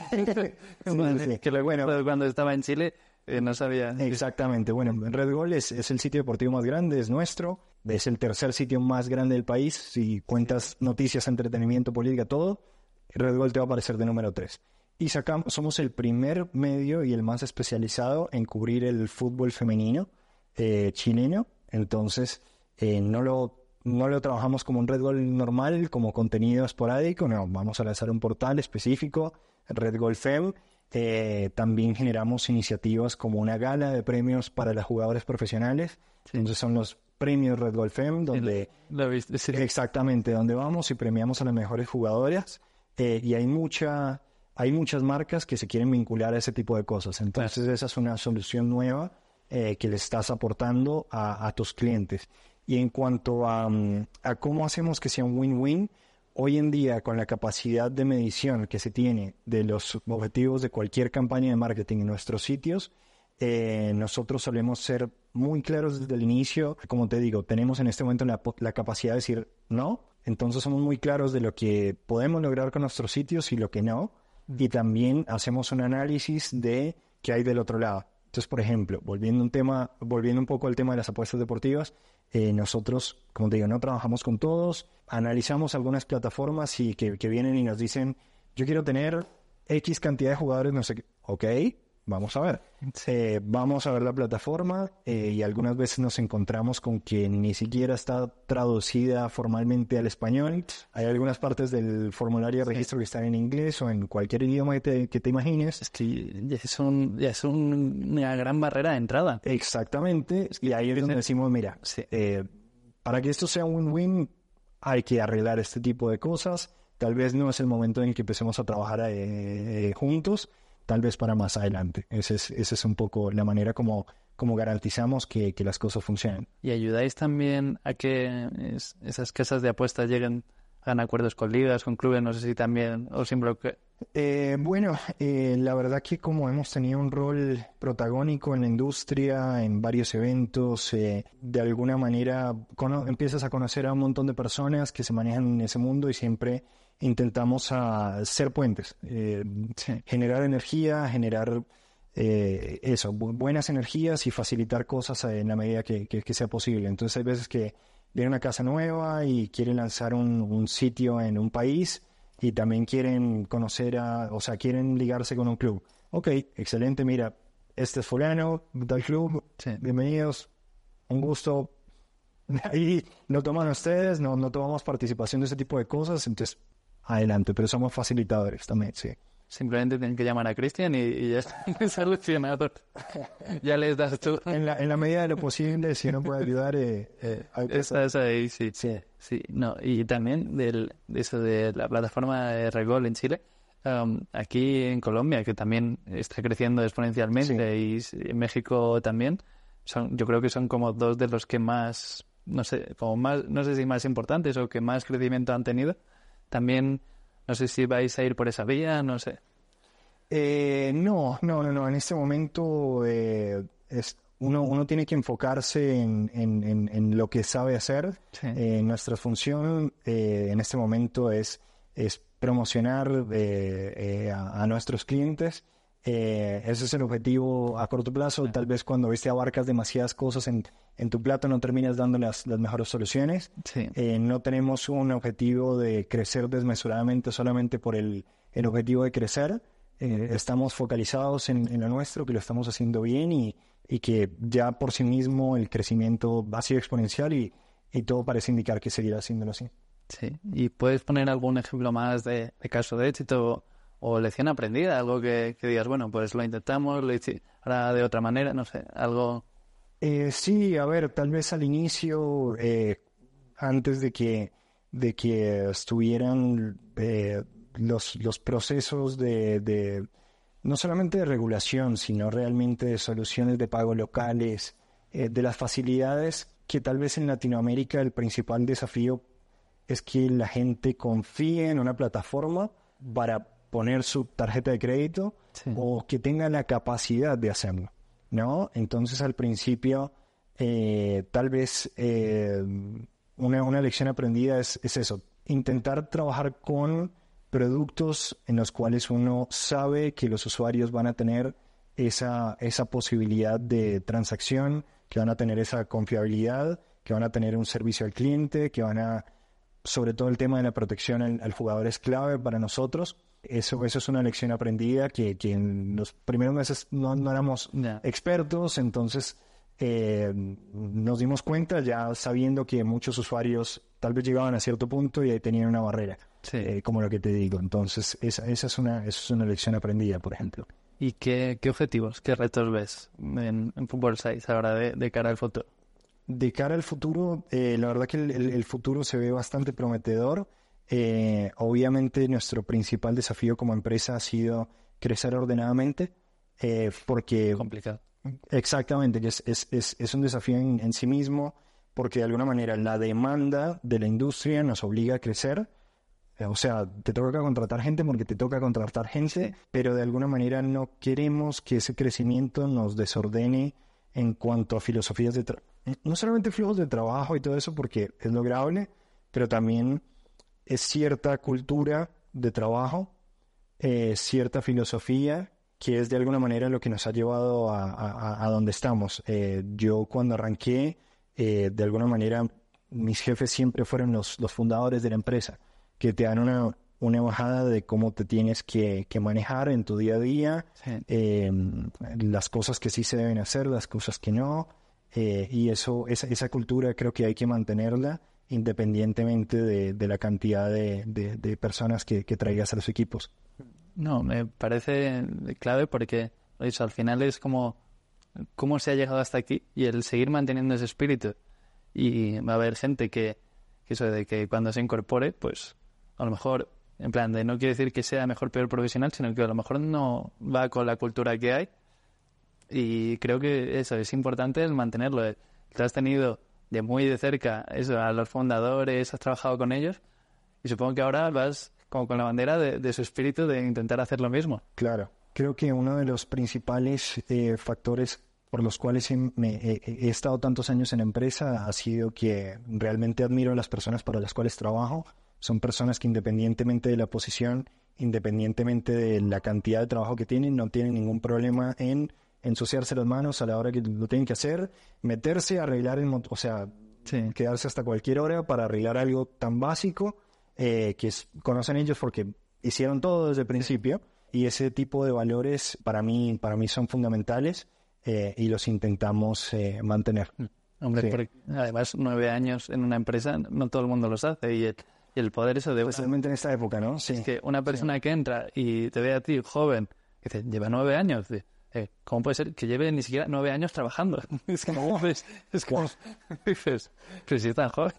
C: Vale,
D: sí.
C: que lo,
D: Bueno,
C: cuando estaba en Chile eh, no sabía.
D: exactamente. Bueno, Red Goal es, es el sitio deportivo más grande, es nuestro. Es el tercer sitio más grande del país. Si cuentas noticias, entretenimiento, política, todo, Red Goal te va a aparecer de número tres. Y sacamos, somos el primer medio y el más especializado en cubrir el fútbol femenino eh, chileno. Entonces, eh, no lo no lo trabajamos como un Red Goal normal, como contenido esporádico. No, vamos a lanzar un portal específico, Red Goal Fem. Eh, también generamos iniciativas como una gala de premios para las jugadoras profesionales.
C: Sí.
D: Entonces son los premios Red Goal Fem, donde
C: Lo he visto, sí.
D: exactamente donde vamos y premiamos a las mejores jugadoras. Eh, y hay mucha hay muchas marcas que se quieren vincular a ese tipo de cosas. Entonces esa es una solución nueva eh, que le estás aportando a, a tus clientes. Y en cuanto a, um, a cómo hacemos que sea un win-win, hoy en día, con la capacidad de medición que se tiene de los objetivos de cualquier campaña de marketing en nuestros sitios, eh, nosotros solemos ser muy claros desde el inicio. Como te digo, tenemos en este momento la, la capacidad de decir no, entonces somos muy claros de lo que podemos lograr con nuestros sitios y lo que no, y también hacemos un análisis de qué hay del otro lado. Entonces, por ejemplo, volviendo un tema, volviendo un poco al tema de las apuestas deportivas, eh, nosotros, como te digo, no trabajamos con todos, analizamos algunas plataformas y que, que vienen y nos dicen, yo quiero tener X cantidad de jugadores, no sé qué. Ok, vamos a ver. Eh, vamos a ver la plataforma eh, y algunas veces nos encontramos con que ni siquiera está traducida formalmente al español. Hay algunas partes del formulario de registro que están en inglés o en cualquier idioma que te, que te imagines.
C: Es que ya es, un, ya es un, una gran barrera de entrada.
D: Exactamente, y ahí es donde decimos, mira,
C: Sí.
D: eh, para que esto sea un win-win hay que arreglar este tipo de cosas. Tal vez no es el momento en que empecemos a trabajar eh, eh, juntos, tal vez para más adelante. Esa es, esa es un poco la manera como, como garantizamos que, que las cosas funcionen.
C: ¿Y ayudáis también a que es- esas casas de apuestas lleguen, hagan acuerdos con ligas, con clubes? No sé si también, o simplemente...
D: Eh, bueno, eh, la verdad que como hemos tenido un rol protagónico en la industria, en varios eventos, eh, de alguna manera cono- empiezas a conocer a un montón de personas que se manejan en ese mundo y siempre intentamos a ser puentes, eh, generar energía, generar eh, eso, bu- buenas energías y facilitar cosas en la medida que, que, que sea posible. Entonces hay veces que viene una casa nueva y quiere lanzar un, un sitio en un país. y también quieren conocer a, o sea, quieren ligarse con un club. Ok, excelente, mira, este es fulano, del club,
C: Sí.
D: bienvenidos, un gusto. Ahí lo toman ustedes, no, no tomamos participación de ese tipo de cosas, entonces adelante, pero somos facilitadores también, sí.
C: Simplemente tienen que llamar a Cristian y, y ya está solucionado. Ya les das tú.
D: En la, en la medida de lo posible, si uno puede ayudar, eh, eh, hay que-
C: Estás ahí, sí.
D: sí.
C: Sí, no, y también del, de eso de la plataforma de Regol en Chile, um, aquí en Colombia, que también está creciendo exponencialmente, y s- en México también, son, yo creo que son como dos de los que más, no sé, como más, no sé si más importantes o que más crecimiento han tenido. También, no sé si vais a ir por esa vía, no sé.
D: Eh, no, no, no, no. En este momento eh, es, uno, uno tiene que enfocarse en, en, en, en lo que sabe hacer.
C: Sí.
D: Eh, nuestra función eh, en este momento es, es promocionar eh, eh, a, a nuestros clientes. Eh, ese es el objetivo a corto plazo. Tal vez cuando ves te abarcas demasiadas cosas en, en tu plato no terminas dando las, las mejores soluciones.
C: Sí.
D: Eh, no tenemos un objetivo de crecer desmesuradamente solamente por el, el objetivo de crecer. Eh, estamos focalizados en, en lo nuestro, que lo estamos haciendo bien y, y que ya por sí mismo el crecimiento ha sido exponencial y, y todo parece indicar que seguirá haciéndolo así.
C: Sí, ¿y puedes poner algún ejemplo más de, de caso de éxito o, o lección aprendida? Algo que, que digas, bueno, pues lo intentamos, lo hice ahora de otra manera, no sé, algo...
D: Eh, sí, a ver, tal vez al inicio, eh, antes de que, de que estuvieran eh, los, los procesos de, de, no solamente de regulación, sino realmente de soluciones de pago locales, eh, de las facilidades que tal vez en Latinoamérica el principal desafío es que la gente confíe en una plataforma para poner su tarjeta de crédito
C: Sí.
D: o que tenga la capacidad de hacerlo, ¿no? Entonces al principio eh, tal vez eh, una, una lección aprendida es, es eso, intentar trabajar con productos en los cuales uno sabe que los usuarios van a tener esa, esa posibilidad de transacción, que van a tener esa confiabilidad, que van a tener un servicio al cliente, que van a, sobre todo el tema de la protección al, al jugador es clave para nosotros. Eso, eso es una lección aprendida que, que en los primeros meses no, no éramos
C: Ya.
D: expertos, entonces eh, nos dimos cuenta ya sabiendo que muchos usuarios tal vez llegaban a cierto punto y ahí tenían una barrera,
C: Sí.
D: eh, como lo que te digo. Entonces esa, esa, es una, esa es una lección aprendida, por ejemplo.
C: ¿Y qué, qué objetivos, qué retos ves en, en Football Sites ahora de, de cara al futuro?
D: De cara al futuro, eh, la verdad que el, el, el futuro se ve bastante prometedor. Eh, obviamente nuestro principal desafío como empresa ha sido crecer ordenadamente, eh, porque
C: Complicado.
D: exactamente, que es, es, es, es un desafío en, en sí mismo, porque de alguna manera la demanda de la industria nos obliga a crecer. Eh, O sea, te toca contratar gente porque te toca contratar gente, pero de alguna manera no queremos que ese crecimiento nos desordene en cuanto a filosofías de trabajo. No solamente flujos de trabajo y todo eso, porque es lograble, pero también es cierta cultura de trabajo, eh, cierta filosofía, que es de alguna manera lo que nos ha llevado a, a, a donde estamos. Eh, yo cuando arranqué, eh, de alguna manera, mis jefes siempre fueron los, los fundadores de la empresa, que te dan una, una bajada de cómo te tienes que, que manejar en tu día a día,
C: Sí.
D: eh, las cosas que sí se deben hacer, las cosas que no, eh, y eso, esa, esa cultura creo que hay que mantenerla independientemente de, de la cantidad de, de, de personas que, que traigas a los equipos.
C: No, me parece clave porque eso, al final es como cómo se ha llegado hasta aquí y el seguir manteniendo ese espíritu. Y va a haber gente que, que eso de que cuando se incorpore, pues a lo mejor, en plan de no quiere decir que sea mejor peor profesional, sino que a lo mejor no va con la cultura que hay. Y creo que eso es importante el mantenerlo. Te has tenido de muy de cerca eso a los fundadores, has trabajado con ellos y supongo que ahora vas como con la bandera de, de su espíritu de intentar hacer lo mismo.
D: Claro, creo que uno de los principales eh, factores por los cuales he, me, he, he estado tantos años en la empresa ha sido que realmente admiro a las personas para las cuales trabajo. Son personas que independientemente de la posición, independientemente de la cantidad de trabajo que tienen, no tienen ningún problema en ensuciarse las manos a la hora que lo tienen que hacer, meterse, arreglar el motor, o sea,
C: Sí.
D: quedarse hasta cualquier hora para arreglar algo tan básico. eh, que es, conocen ellos porque hicieron todo desde el principio, y ese tipo de valores para mí, para mí son fundamentales, eh, y los intentamos eh, mantener.
C: Hombre,
D: Sí.
C: porque además nueve años en una empresa no todo el mundo los hace, y el, y el poder eso de...
D: Especialmente en esta época, ¿no? Sí.
C: Es que una persona que entra y te ve a ti joven, que dice, lleva nueve años, dice, eh, ¿cómo puede ser que lleve ni siquiera nueve años trabajando? Es como, ves, es como, dices, pero si es tan joven.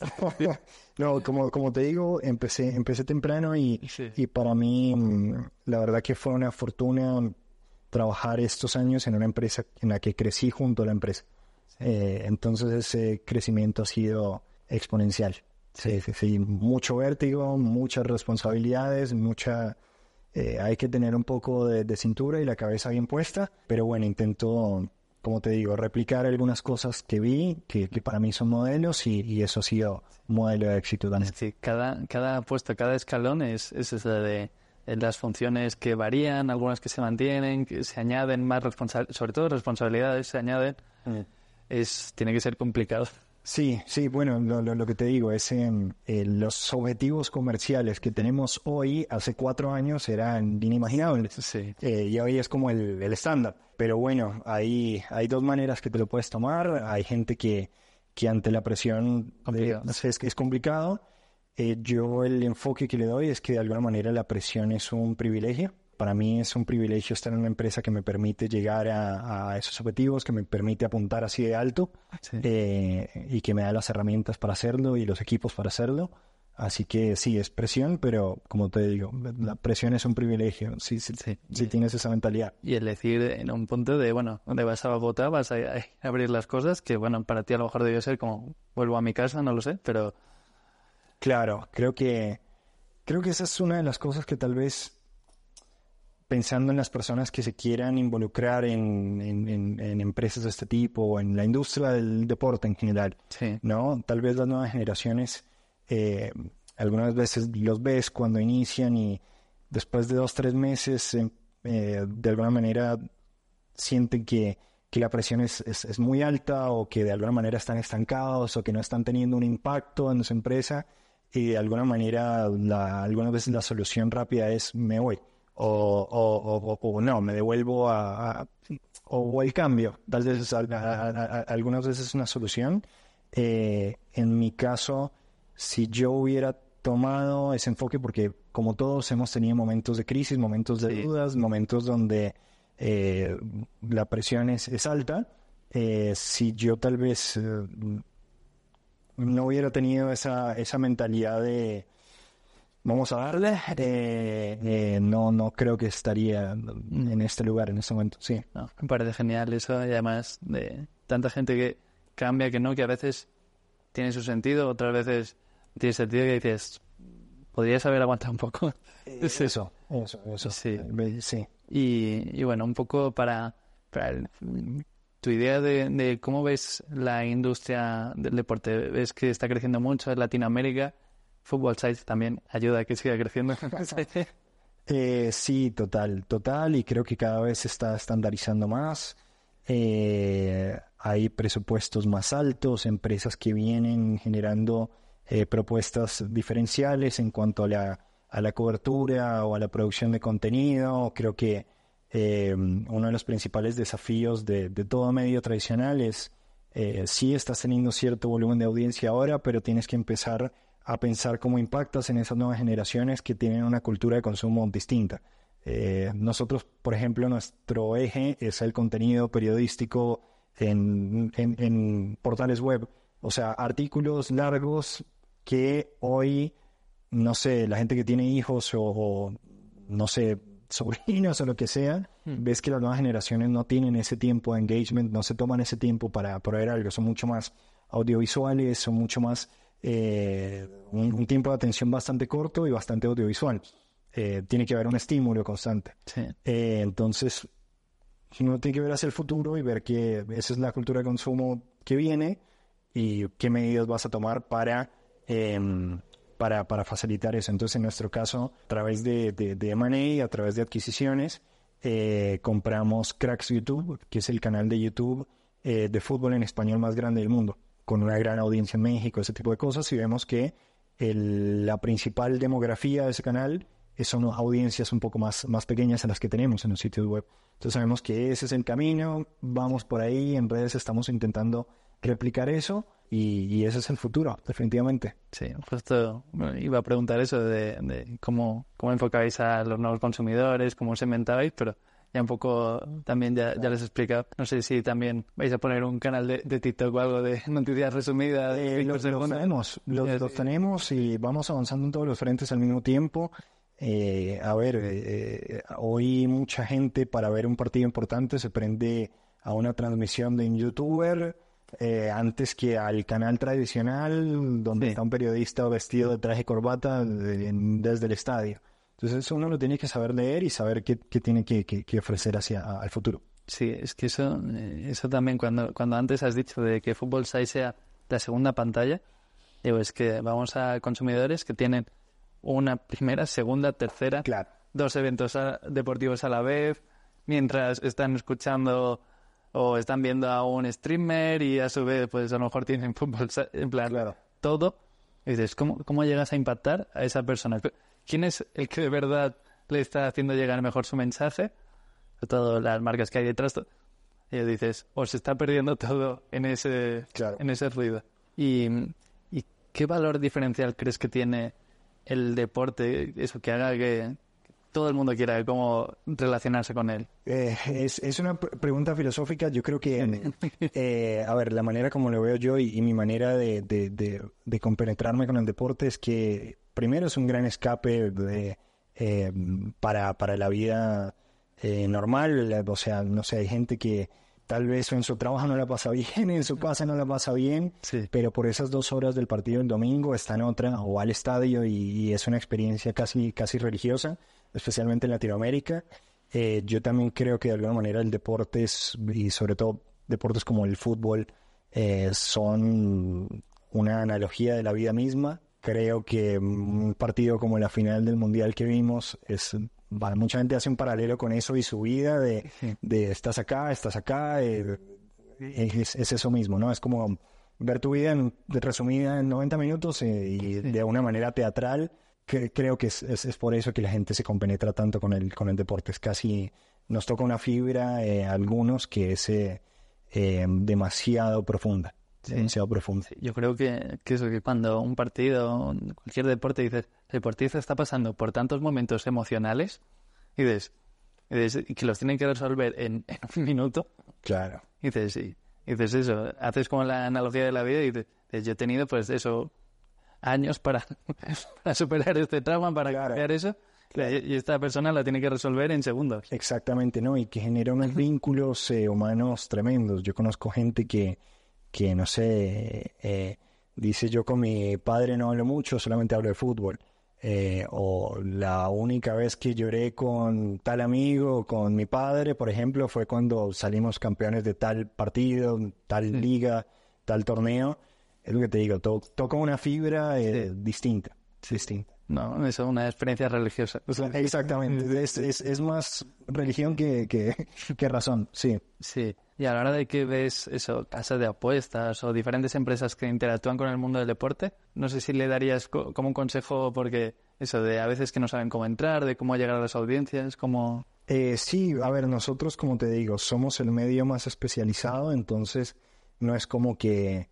D: No, como, como te digo, empecé, empecé temprano y,
C: Sí.
D: y para mí, mm, la verdad que fue una fortuna trabajar estos años en una empresa en la que crecí junto a la empresa. Eh, entonces ese crecimiento ha sido exponencial. Sí, sí, sí. Mucho vértigo, muchas responsabilidades, mucha... Eh, hay que tener un poco de, de cintura y la cabeza bien puesta, pero bueno, intento, como te digo, replicar algunas cosas que vi, que, que para mí son modelos, y, y eso ha sido un modelo de éxito también.
C: Es que cada, cada puesto, cada escalón es, es eso de, de las funciones que varían, algunas que se mantienen, que se añaden más responsabilidades, sobre todo responsabilidades se añaden.
D: Mm.
C: Es, tiene que ser complicado.
D: Sí, sí, bueno, lo, lo, lo que te digo es eh, eh, los objetivos comerciales que tenemos hoy, hace cuatro años eran inimaginables.
C: Sí.
D: Eh, y hoy es como el, el estándar. Pero bueno, hay, hay dos maneras que te lo puedes tomar. Hay gente que, que ante la presión eh, es, es complicado. Eh, yo el enfoque que le doy es que de alguna manera la presión es un privilegio. Para mí es un privilegio estar en una empresa que me permite llegar a, a esos objetivos, que me permite apuntar así de alto,
C: Sí.
D: eh, y que me da las herramientas para hacerlo y los equipos para hacerlo. Así que sí, es presión, pero como te digo, la presión es un privilegio, si sí, sí,
C: Sí.
D: sí tienes esa mentalidad.
C: Y el decir en un punto de, bueno, donde vas a votar, vas a, a abrir las cosas, que bueno, para ti a lo mejor debió ser como, vuelvo a mi casa, no lo sé, pero...
D: Claro, creo que, creo que esa es una de las cosas que tal vez, pensando en las personas que se quieran involucrar en, en, en, en empresas de este tipo o en la industria del deporte en general,
C: Sí.
D: ¿no? Tal vez las nuevas generaciones, eh, algunas veces los ves cuando inician y después de dos, tres meses, eh, eh, de alguna manera sienten que, que la presión es, es, es muy alta, o que de alguna manera están estancados, o que no están teniendo un impacto en su empresa, y de alguna manera, la, algunas veces la solución rápida es me voy. O, o, o, o no, me devuelvo a, a o, o el cambio, tal vez a, a, a, a, algunas veces es una solución. Eh, en mi caso, si yo hubiera tomado ese enfoque, porque como todos hemos tenido momentos de crisis, momentos de
C: Sí.
D: dudas, momentos donde eh, la presión es, es alta, eh, si yo tal vez eh, no hubiera tenido esa, esa mentalidad de vamos a darle, eh, eh, no, no creo que estaría en este lugar en este momento, sí.
C: No, me parece genial eso, y además de tanta gente que cambia, que no, que a veces tiene su sentido, otras veces tiene sentido que dices, podrías haber aguantado un poco.
D: Es eso, eso, eso.
C: Sí.
D: Eh, sí.
C: Y, y bueno, un poco para, para el- tu idea de, de cómo ves la industria del deporte. ¿Ves que está creciendo mucho en Latinoamérica? Fútbol Sites también ayuda a que siga creciendo.
D: Eh, sí, total, total, y creo que cada vez se está estandarizando más. Eh, hay presupuestos más altos, empresas que vienen generando eh, propuestas diferenciales en cuanto a la, a la cobertura o a la producción de contenido. Creo que eh, uno de los principales desafíos de, de todo medio tradicional es, eh, sí estás teniendo cierto volumen de audiencia ahora, pero tienes que empezar a pensar cómo impactas en esas nuevas generaciones que tienen una cultura de consumo distinta. Eh, nosotros, por ejemplo, nuestro eje es el contenido periodístico en, en, en portales web, o sea, artículos largos que hoy, no sé, la gente que tiene hijos o, o no sé, sobrinos o lo que sea, hmm. ves que las nuevas generaciones no tienen ese tiempo de engagement, no se toman ese tiempo para, para ver algo, son mucho más audiovisuales, son mucho más... Eh, un, un tiempo de atención bastante corto y bastante audiovisual. Eh, tiene que haber un estímulo constante.
C: Sí.
D: Eh, entonces, uno tiene que ver hacia el futuro y ver que esa es la cultura de consumo que viene y qué medidas vas a tomar para, eh, para, para facilitar eso. Entonces, en nuestro caso, a través de, de, de M and A, a través de adquisiciones, eh, compramos Cracks YouTube, que es el canal de YouTube eh, de fútbol en español más grande del mundo, con una gran audiencia en México, ese tipo de cosas, y vemos que el, la principal demografía de ese canal son audiencias un poco más, más pequeñas a las que tenemos en los sitios web. Entonces sabemos que ese es el camino, vamos por ahí, en redes estamos intentando replicar eso y, y ese es el futuro, definitivamente.
C: Sí, justo bueno, iba a preguntar eso de, de cómo, cómo enfocabais a los nuevos consumidores, cómo segmentabais, pero ya un poco también ya, ya les he explicado. No sé si también vais a poner un canal de, de TikTok o algo de noticias resumidas.
D: Eh, los, los tenemos, los, los tenemos y vamos avanzando en todos los frentes al mismo tiempo. Eh, a ver, eh, hoy mucha gente para ver un partido importante se prende a una transmisión de un youtuber eh, antes que al canal tradicional donde sí. está un periodista vestido de traje y corbata de, en, desde el estadio. Entonces uno lo tiene que saber leer y saber qué, qué tiene que, que, que ofrecer hacia a, al futuro.
C: Sí, es que eso eso también, cuando, cuando antes has dicho de que Fútbol Site sea la segunda pantalla, digo, es que vamos a consumidores que tienen una primera, segunda, tercera,
D: claro.
C: dos eventos a, deportivos a la vez, mientras están escuchando o están viendo a un streamer y a su vez pues a lo mejor tienen fútbol, en plan,
D: claro.
C: todo. Y dices, ¿cómo, ¿cómo llegas a impactar a esa persona? ¿Quién es el que de verdad le está haciendo llegar mejor su mensaje? Sobre todo las marcas que hay detrás. Y dices, o se está perdiendo todo en ese,
D: claro.
C: en ese ruido. ¿Y, ¿Y qué valor diferencial crees que tiene el deporte, eso que haga que todo el mundo quiera cómo relacionarse con él?
D: Eh, es, es una pr- pregunta filosófica. Yo creo que, eh, a ver, la manera como lo veo yo y, y mi manera de, de, de, de compenetrarme con el deporte es que primero es un gran escape de, eh, para, para la vida eh, normal. O sea, no sé, hay gente que tal vez en su trabajo no la pasa bien, en su casa no la pasa bien,
C: sí.
D: pero por esas dos horas del partido del domingo está en otra o va al estadio y, y es una experiencia casi, casi religiosa, especialmente en Latinoamérica. Eh, yo también creo que de alguna manera el deporte es, y sobre todo deportes como el fútbol, eh, son una analogía de la vida misma. Creo que un partido como la final del Mundial que vimos es... Vale, mucha gente hace un paralelo con eso y su vida de,
C: sí.
D: de estás acá, estás acá, eh, es, es eso mismo, ¿no? Es como ver tu vida en, resumida en noventa minutos eh, y sí. de una manera teatral. Que, creo que es, es, es por eso que la gente se compenetra tanto con el, con el deporte. Es casi, nos toca una fibra, eh, algunos, que es eh, eh, demasiado profunda. Sí. demasiado profunda.
C: Sí, yo creo que, que eso, que cuando un partido, cualquier deporte, dices, el deportista está pasando por tantos momentos emocionales y dices, y dices que los tienen que resolver en, en un minuto.
D: Claro.
C: Y dices, sí. Y dices eso, haces como la analogía de la vida y dices, yo he tenido pues eso, años para, para superar este trauma, para
D: claro.
C: cambiar eso. Claro. Y esta persona la tiene que resolver en segundos.
D: Exactamente, ¿no? Y que genera unos vínculos eh, humanos tremendos. Yo conozco gente que que no sé, eh, dice yo con mi padre no hablo mucho, solamente hablo de fútbol. Eh, o la única vez que lloré con tal amigo, con mi padre, por ejemplo, fue cuando salimos campeones de tal partido, tal sí. liga, tal torneo. Es lo que te digo, to- toca una fibra eh, sí. distinta,
C: sí.
D: distinta.
C: No, eso es una experiencia religiosa.
D: O sea, exactamente, es, es, es más religión que, que, que razón, sí.
C: Sí, y a la hora de que ves eso, casas de apuestas o diferentes empresas que interactúan con el mundo del deporte, no sé si le darías co- como un consejo, porque eso de a veces que no saben cómo entrar, de cómo llegar a las audiencias, cómo...
D: Eh, sí, a ver, nosotros, como te digo, somos el medio más especializado, entonces no es como que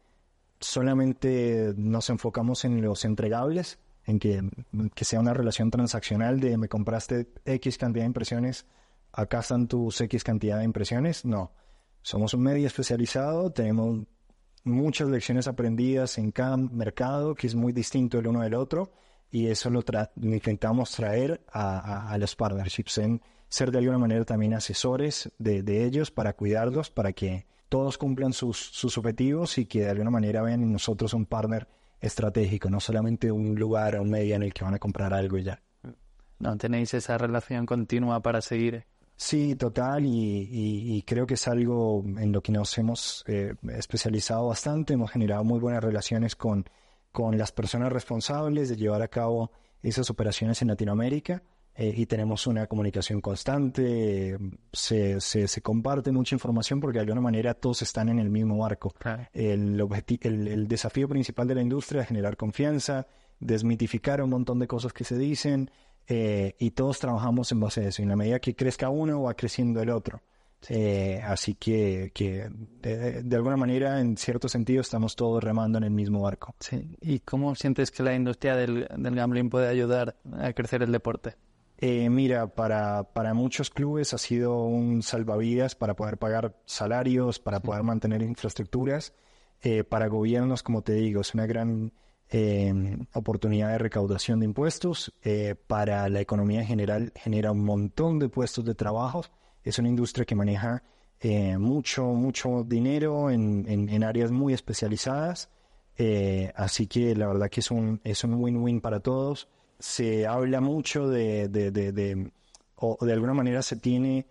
D: solamente nos enfocamos en los entregables, en que, que sea una relación transaccional de me compraste X cantidad de impresiones, acá están tus X cantidad de impresiones. No, somos un medio especializado, tenemos muchas lecciones aprendidas en cada mercado que es muy distinto el uno del otro y eso lo tra- intentamos traer a, a, a los partnerships, en ser de alguna manera también asesores de, de ellos para cuidarlos, para que todos cumplan sus, sus objetivos y que de alguna manera vean en nosotros un partner estratégico, no solamente un lugar o un medio en el que van a comprar algo y ya.
C: No, tenéis esa relación continua para seguir.
D: Sí, total, y, y, y creo que es algo en lo que nos hemos eh, especializado bastante. Hemos generado muy buenas relaciones con, con las personas responsables de llevar a cabo esas operaciones en Latinoamérica. Eh, y tenemos una comunicación constante, eh, se, se, se comparte mucha información porque de alguna manera todos están en el mismo barco.
C: Claro.
D: El, objeti- el, el desafío principal de la industria es generar confianza, desmitificar un montón de cosas que se dicen, eh, y todos trabajamos en base a eso. Y en la medida que crezca uno, va creciendo el otro. Eh, así que, que de, de alguna manera, en cierto sentido, estamos todos remando en el mismo barco.
C: Sí. ¿Y cómo sientes que la industria del, del gambling puede ayudar a crecer el deporte?
D: Eh, mira, para, para muchos clubes ha sido un salvavidas para poder pagar salarios, para
C: Sí.
D: poder mantener infraestructuras. Eh, para gobiernos, como te digo, es una gran eh, oportunidad de recaudación de impuestos. Eh, para la economía en general genera un montón de puestos de trabajo. Es una industria que maneja eh, mucho, mucho dinero en, en, en áreas muy especializadas. Eh, así que la verdad que es un, es un win-win para todos. Se habla mucho de, de, de, de o de alguna manera se tiene,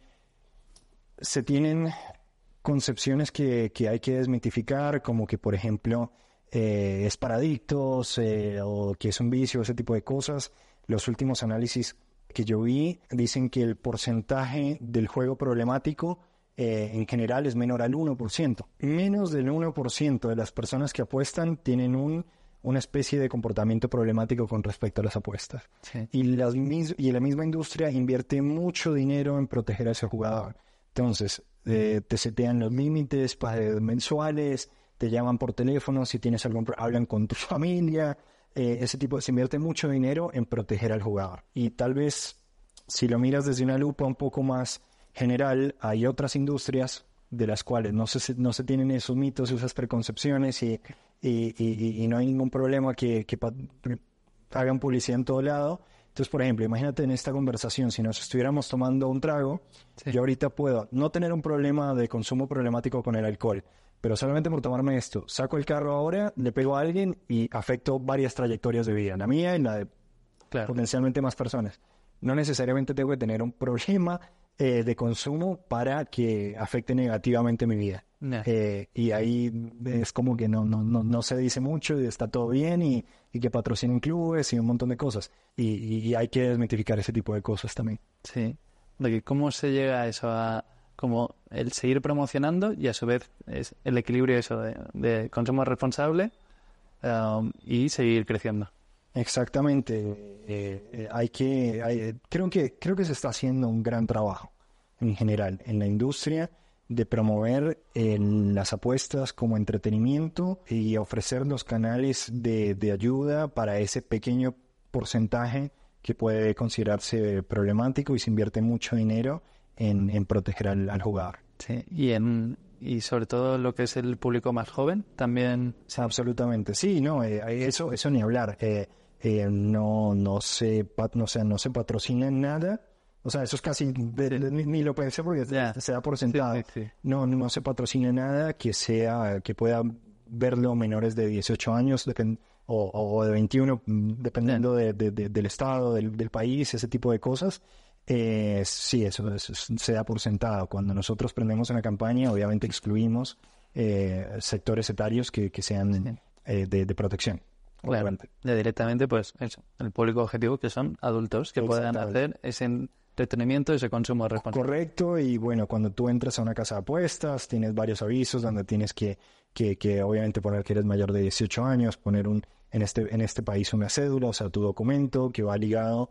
D: se tienen concepciones que, que hay que desmitificar, como que, por ejemplo, eh, es para adictos, eh, o que es un vicio, ese tipo de cosas. Los últimos análisis que yo vi dicen que el porcentaje del juego problemático eh, en general es menor al uno por ciento. Menos del uno por ciento de las personas que apuestan tienen un, una especie de comportamiento problemático con respecto a las apuestas.
C: Sí.
D: Y, las mis- y la misma industria invierte mucho dinero en proteger a ese jugador. Entonces, eh, te setean los límites pa- mensuales, te llaman por teléfono, si tienes algún pro- hablan con tu familia. Eh, ese tipo, se invierte mucho dinero en proteger al jugador. Y tal vez, si lo miras desde una lupa un poco más general, hay otras industrias de las cuales no se, no se tienen esos mitos, esas preconcepciones, y, y, y, y no hay ningún problema que, que pa- hagan publicidad en todo lado. Entonces, por ejemplo, imagínate en esta conversación, si nos estuviéramos tomando un trago,
C: Sí.
D: yo ahorita puedo no tener un problema de consumo problemático con el alcohol, pero solamente por tomarme esto, saco el carro ahora, le pego a alguien y afecto varias trayectorias de vida, la mía y la de
C: Claro.
D: potencialmente más personas. No necesariamente tengo que tener un problema eh, de consumo para que afecte negativamente mi vida.
C: Ya.
D: Eh, y ahí es como que no, no, no, no se dice mucho y está todo bien, y, y que patrocinen clubes y un montón de cosas. Y, y, y hay que desmitificar ese tipo de cosas también.
C: Sí. De que ¿cómo se llega a eso? A como el seguir promocionando y a su vez es el equilibrio eso de, de consumo responsable, um, y seguir creciendo.
D: Exactamente. Eh, eh, hay que, hay- creo que, creo que se está haciendo un gran trabajo en general en la industria de promover eh, las apuestas como entretenimiento y ofrecer los canales de, de ayuda para ese pequeño porcentaje que puede considerarse problemático, y se invierte mucho dinero en, en proteger al, al jugador.
C: Sí. Y en y sobre todo lo que es el público más joven también.
D: Sí, absolutamente. Sí, no, eh, eso, eso ni hablar. Eh, eh, no, no se, pat- no, sé, no se patrocina en nada. O sea, eso es casi, de- de- ni, ni lo pensé porque
C: Ya.
D: se da por sentado.
C: Sí, sí, sí.
D: No, no se patrocina nada que sea, que pueda verlo menores de dieciocho años, depen- o, o de veintiuno, mm, dependiendo de, de- de- del estado, del, del país, ese tipo de cosas. Eh, sí, eso, eso se da por sentado. Cuando nosotros prendemos una campaña, obviamente excluimos eh, sectores etarios que, que sean
C: Sí.
D: eh, de, de protección.
C: Claro,
D: obviamente.
C: ya directamente, pues eso, el público objetivo que son adultos que puedan
D: Exactamente.
C: hacer ese entretenimiento, ese consumo responsable.
D: Correcto, y bueno, cuando tú entras a una casa de apuestas, tienes varios avisos donde tienes que, que, que obviamente poner que eres mayor de dieciocho años, poner un en este, en este país una cédula, o sea, tu documento que va ligado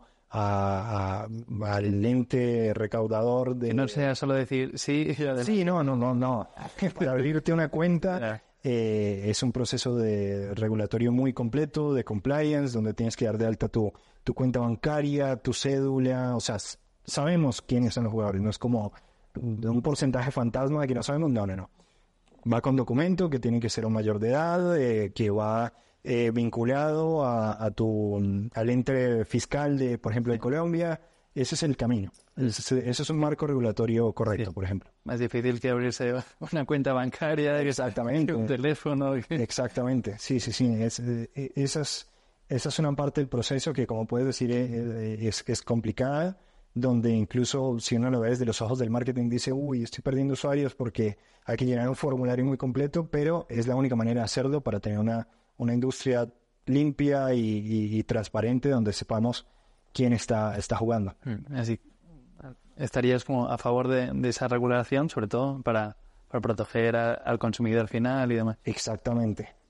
D: a, a- al ente recaudador de...
C: Que no sea solo decir sí y adelante.
D: Sí, no, no, no, no. Para abrirte una cuenta
C: Ya.
D: eh, es un proceso de regulatorio muy completo, de compliance, donde tienes que dar de alta tu, tu cuenta bancaria, tu cédula, o sea, s- sabemos quiénes son los jugadores, no es como de un porcentaje fantasma de que no sabemos, no, no, no. Va con documento que tiene que ser un mayor de edad, eh, que va eh, vinculado a, a tu, al ente fiscal de, por ejemplo, de Colombia. Ese es el camino. Ese, ese es un marco regulatorio correcto,
C: Sí.
D: por ejemplo.
C: Más difícil que abrirse una cuenta bancaria,
D: Exactamente.
C: un teléfono.
D: Exactamente, sí, sí, sí. Es, eh, eh, esa, es, esa es una parte del proceso que, como puedes decir, eh, eh, es, es complicada, donde incluso si uno lo ve desde los ojos del marketing, dice, uy, estoy perdiendo usuarios porque hay que llenar un formulario muy completo, pero es la única manera de hacerlo para tener una, una industria limpia y, y- y transparente donde sepamos quién está, está jugando.
C: Mm, Así, estarías como a favor de, de esa regulación, sobre todo para, para proteger a- al consumidor final y demás.
D: Exactamente.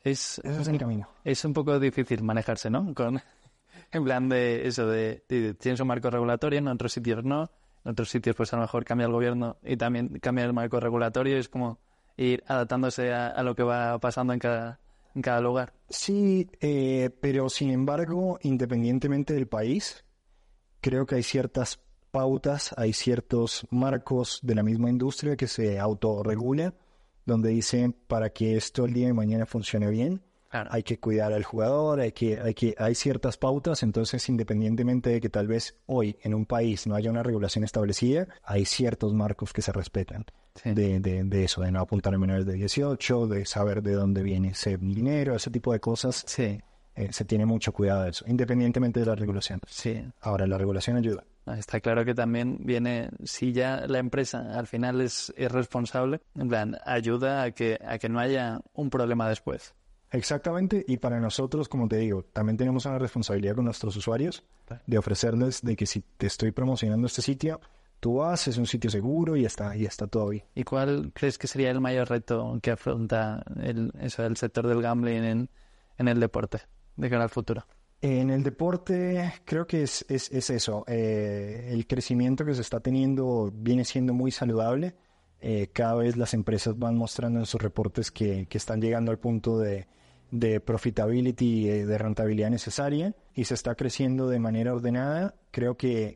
C: Es,
D: Ese es el camino.
C: es un poco difícil manejarse, ¿no? Con, en plan de eso, de, de tienes un marco regulatorio, en otros sitios no, en otros sitios pues a lo mejor cambia el gobierno y también cambia el marco regulatorio, es como ir adaptándose a, a lo que va pasando en cada, en cada lugar.
D: Sí, eh, pero sin embargo, independientemente del país, creo que hay ciertas pautas, hay ciertos marcos de la misma industria que se autorregulan, donde dicen para que esto el día de mañana funcione bien,
C: Claro.
D: hay que cuidar al jugador, hay que, hay que, hay ciertas pautas, entonces independientemente de que tal vez hoy en un país no haya una regulación establecida, hay ciertos marcos que se respetan.
C: Sí.
D: De, de, de eso, de no apuntar a menores de dieciocho, de saber de dónde viene ese dinero, ese tipo de cosas.
C: Sí,
D: Eh, se tiene mucho cuidado de eso, independientemente de la regulación.
C: sí.
D: Ahora, la regulación ayuda.
C: Está claro que también viene, si ya la empresa al final es, es responsable, en plan, ayuda a que, a que no haya un problema después.
D: Exactamente, y para nosotros, como te digo, también tenemos una responsabilidad con nuestros usuarios de ofrecerles de que si te estoy promocionando este sitio, tú vas, es un sitio seguro y está, y está todo bien.
C: ¿Y cuál crees que sería el mayor reto que afronta el, eso, el sector del gambling en, en el deporte de cara al futuro?
D: En el deporte creo que es, es, es eso, eh, el crecimiento que se está teniendo viene siendo muy saludable. Eh, cada vez las empresas van mostrando en sus reportes que, que están llegando al punto de, de profitability, eh, de rentabilidad necesaria, y se está creciendo de manera ordenada. Creo que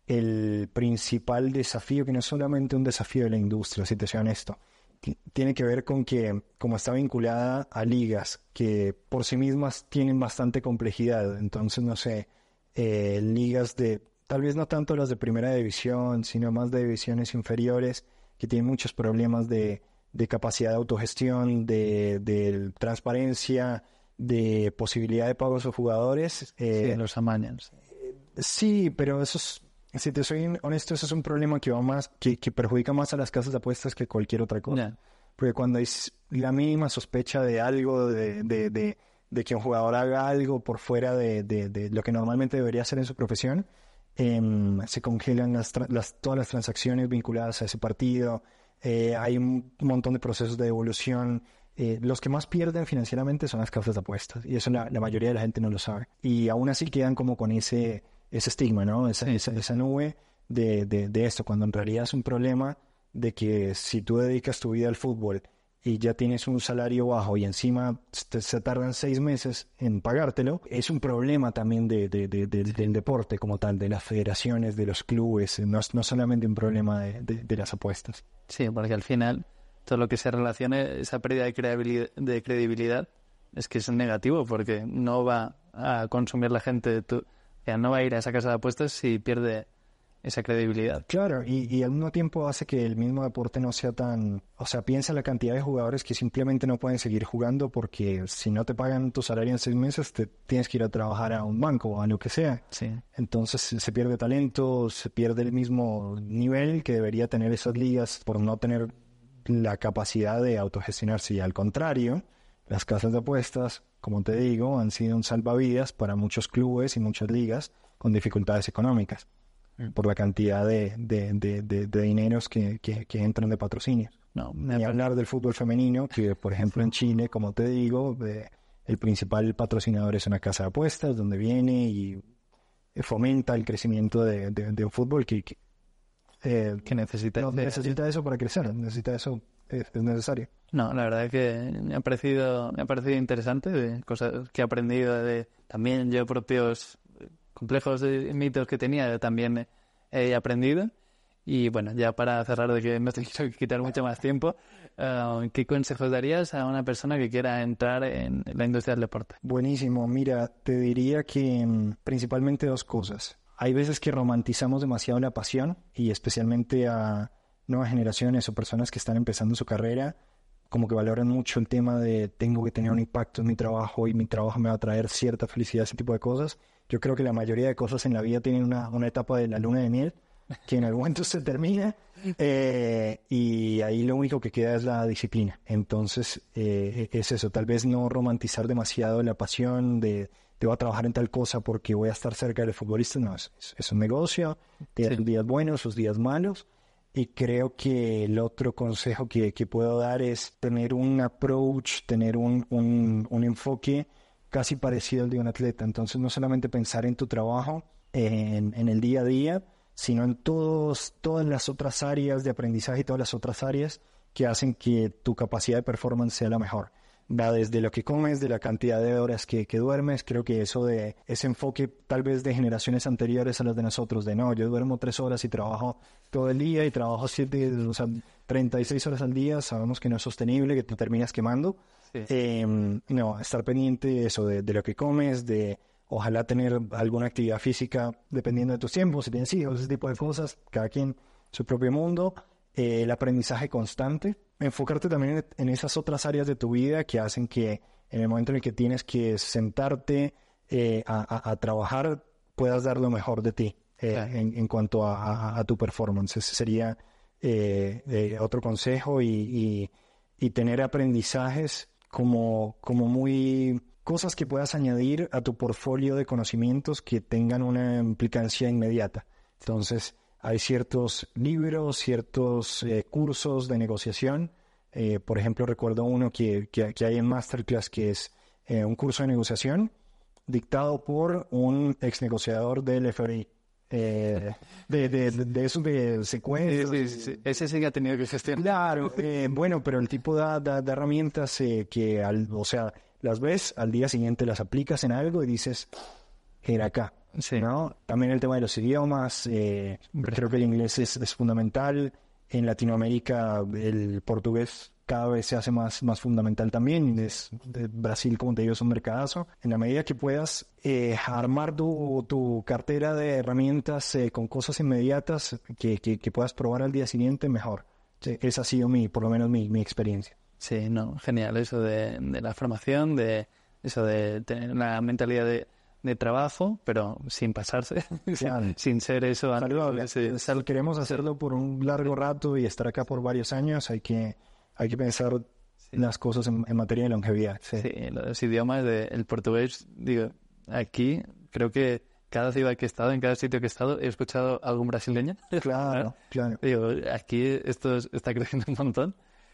D: el principal desafío, que no es solamente un desafío de la industria, si te soy honesto, t- tiene que ver con que, como está vinculada a ligas que por sí mismas tienen bastante complejidad, entonces, no sé, eh, ligas de, tal vez no tanto las de primera división, sino más de divisiones inferiores, que tienen muchos problemas de, de capacidad de autogestión, de, de transparencia, de posibilidad de pagos a jugadores. Eh,
C: Sí, los amañan. Sí.
D: Sí, pero eso es, si te soy honesto, eso es un problema que va más, que, que perjudica más a las casas de apuestas que cualquier otra cosa.
C: Ya.
D: Porque cuando hay s- la mínima sospecha de algo, de, de, de, de que un jugador haga algo por fuera de, de, de lo que normalmente debería hacer en su profesión, em, se congelan las, tra- las, todas las transacciones vinculadas a ese partido. Eh, hay un montón de procesos de devolución. Eh, los que más pierden financieramente son las casas de apuestas, y eso la, la mayoría de la gente no lo sabe. Y aún así quedan como con ese, ese estigma, ¿no? Esa, esa, esa nube de, de, de esto, cuando en realidad es un problema de que si tú dedicas tu vida al fútbol y ya tienes un salario bajo y encima te- se tardan seis meses en pagártelo, es un problema también de, de, de, de- del deporte como tal, de las federaciones, de los clubes, no es no solamente un problema de, de, de las apuestas.
C: Sí, porque al final todo lo que se relacione, esa pérdida de credibilidad, de credibilidad es que es negativo, porque no va a consumir la gente, tu, o sea, no va a ir a esa casa de apuestas si pierde esa credibilidad.
D: Claro, y, y al mismo tiempo hace que el mismo deporte no sea tan... O sea, piensa la cantidad de jugadores que simplemente no pueden seguir jugando porque si no te pagan tu salario en seis meses, te tienes que ir a trabajar a un banco o a lo que sea.
C: Sí.
D: Entonces se se pierde talento, se pierde el mismo nivel que debería tener esas ligas por no tener la capacidad de autogestionarse. Y al contrario, las casas de apuestas, como te digo, han sido un salvavidas para muchos clubes y muchas ligas con dificultades económicas por la cantidad de, de, de, de, de dineros que, que, que entran de patrocinio.
C: No, me
D: Ni
C: ha-
D: hablar del fútbol femenino, que por ejemplo en Chile, como te digo, eh, el principal patrocinador es una casa de apuestas donde viene y fomenta el crecimiento de, de, de un fútbol que, que, eh,
C: que necesita.
D: no, necesita eso para crecer, necesita eso, es, es necesario.
C: No, la verdad es que me ha parecido, me ha parecido interesante, de cosas que he aprendido de también yo propios complejos de mitos que tenía, también he aprendido. Y bueno, ya para cerrar, de que no te quiero quitar mucho más tiempo, uh, ¿qué consejos darías a una persona que quiera entrar en la industria del deporte?
D: Buenísimo, mira, te diría que mm, principalmente dos cosas. Hay veces que romantizamos demasiado la pasión y especialmente a nuevas generaciones o personas que están empezando su carrera, como que valoran mucho el tema de tengo que tener un impacto en mi trabajo y mi trabajo me va a traer cierta felicidad, ese tipo de cosas. Yo creo que la mayoría de cosas en la vida tienen una, una etapa de la luna de miel que en algún momento se termina eh, y ahí lo único que queda es la disciplina. Entonces eh, es eso, tal vez no romantizar demasiado la pasión de te voy a trabajar en tal cosa porque voy a estar cerca del futbolista. No, es, es, es un negocio, tiene
C: Sí.
D: sus días buenos, sus días malos. Y creo que el otro consejo que, que puedo dar es tener un approach, tener un, un, un enfoque casi parecido al de un atleta. Entonces, no solamente pensar en tu trabajo, en, en el día a día, sino en todos, todas las otras áreas de aprendizaje y todas las otras áreas que hacen que tu capacidad de performance sea la mejor. Va desde lo que comes, de la cantidad de horas que, que duermes. Creo que eso de ese enfoque tal vez de generaciones anteriores a las de nosotros, de no, yo duermo tres horas y trabajo todo el día y trabajo siete, o sea, treinta y seis horas al día, sabemos que no es sostenible, que te terminas quemando. Sí. Eh, no, estar pendiente de eso, de, de lo que comes, de ojalá tener alguna actividad física dependiendo de tus tiempos, si tienes hijos, ese tipo de cosas, cada quien su propio mundo. Eh, el aprendizaje constante, enfocarte también en, en esas otras áreas de tu vida que hacen que en el momento en el que tienes que sentarte eh, a, a, a trabajar puedas dar lo mejor de ti eh, claro. en, en cuanto a, a, a tu performance. Ese sería eh, eh, otro consejo y, y, y tener aprendizajes como, como muy cosas que puedas añadir a tu portfolio de conocimientos que tengan una implicancia inmediata. Entonces, hay ciertos libros, ciertos eh, cursos de negociación. Eh, por ejemplo, recuerdo uno que, que, que hay en Masterclass, que es eh, un curso de negociación dictado por un ex negociador del F B I. Eh, de, de, de, de esos de secuestros.
C: Sí, sí, sí. Ese sí que ha tenido que gestionar.
D: Claro, eh, bueno, pero el tipo da, da, da herramientas eh, que, al, o sea, las ves, al día siguiente las aplicas en algo y dices, era acá. Sí. ¿No? También el tema de los idiomas, eh, creo que el inglés es, es fundamental. En Latinoamérica el portugués cada vez se hace más, más fundamental también. Es, de Brasil, como te digo, es un mercadazo. En la medida que puedas eh, armar tu, tu cartera de herramientas eh, con cosas inmediatas que, que, que puedas probar al día siguiente, mejor. Sí, esa ha sido mi, por lo menos mi, mi experiencia.
C: Sí, no, genial eso de, de la formación, de eso de tener una mentalidad de de trabajo, pero sin pasarse, claro. sin ser eso.
D: Saludable. Sí. Queremos hacerlo por un largo rato y estar acá por varios años. Hay que, hay que pensar sí. las cosas en, en materia de longevidad. Sí,
C: sí los idiomas, de, el portugués, digo, aquí creo que cada ciudad que he estado, en cada sitio que he estado, he escuchado algún brasileño.
D: Claro, claro.
C: Digo, aquí esto está creciendo un montón.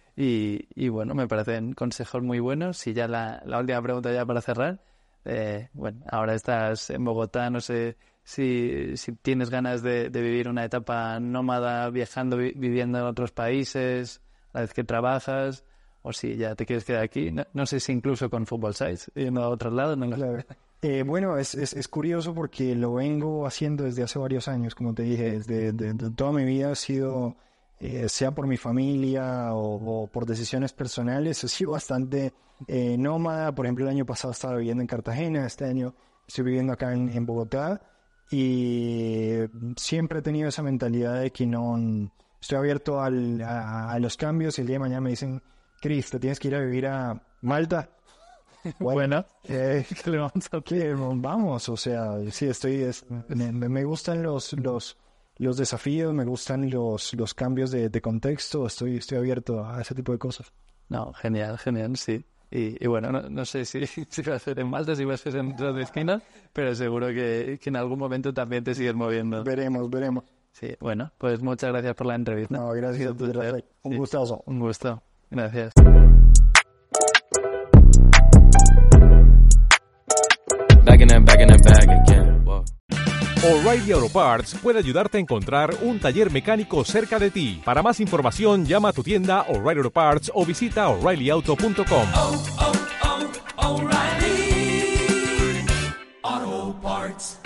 C: Y, y bueno, me parecen consejos muy buenos. Y ya la, la última pregunta ya para cerrar. Eh, bueno, ahora estás en Bogotá, no sé si, si tienes ganas de, de vivir una etapa nómada, viajando, vi, viviendo en otros países, a la vez que trabajas, o si ya te quieres quedar aquí. No, no sé si incluso con Football Sites, yendo a otros lados. No
D: claro. eh, bueno, es, es, es curioso porque lo vengo haciendo desde hace varios años, como te dije, desde de, de toda mi vida ha sido... Eh, sea por mi familia o, o por decisiones personales, he sido bastante eh, nómada. Por ejemplo, el año pasado estaba viviendo en Cartagena, este año estoy viviendo acá en, en Bogotá y siempre he tenido esa mentalidad de que no estoy abierto al, a, a los cambios. Y el día de mañana me dicen, Chris, te tienes que ir a vivir a Malta. Bueno, bueno eh, ¿qué, vamos, o sea, sí, estoy, es, me, me gustan los... los los desafíos, me gustan los, los cambios de, de contexto, estoy, estoy abierto a ese tipo de cosas.
C: No, genial, genial, sí. Y, y bueno, no, no sé si, si va a ser en Malta, si va a ser en otras esquinas, pero seguro que, que en algún momento también te sigues moviendo.
D: Veremos, veremos.
C: Sí, bueno, pues muchas gracias por la entrevista.
D: No, gracias a ti, Rafael. Un sí. gustazo.
C: Un gusto. Gracias.
B: Back in it, back in it, back again. Whoa.
E: O'Reilly Auto Parts puede ayudarte a encontrar un taller mecánico cerca de ti. Para más información, llama a tu tienda O'Reilly Auto Parts o visita O'Reilly Auto punto com.
F: Oh, oh, oh, O'Reilly Auto Parts.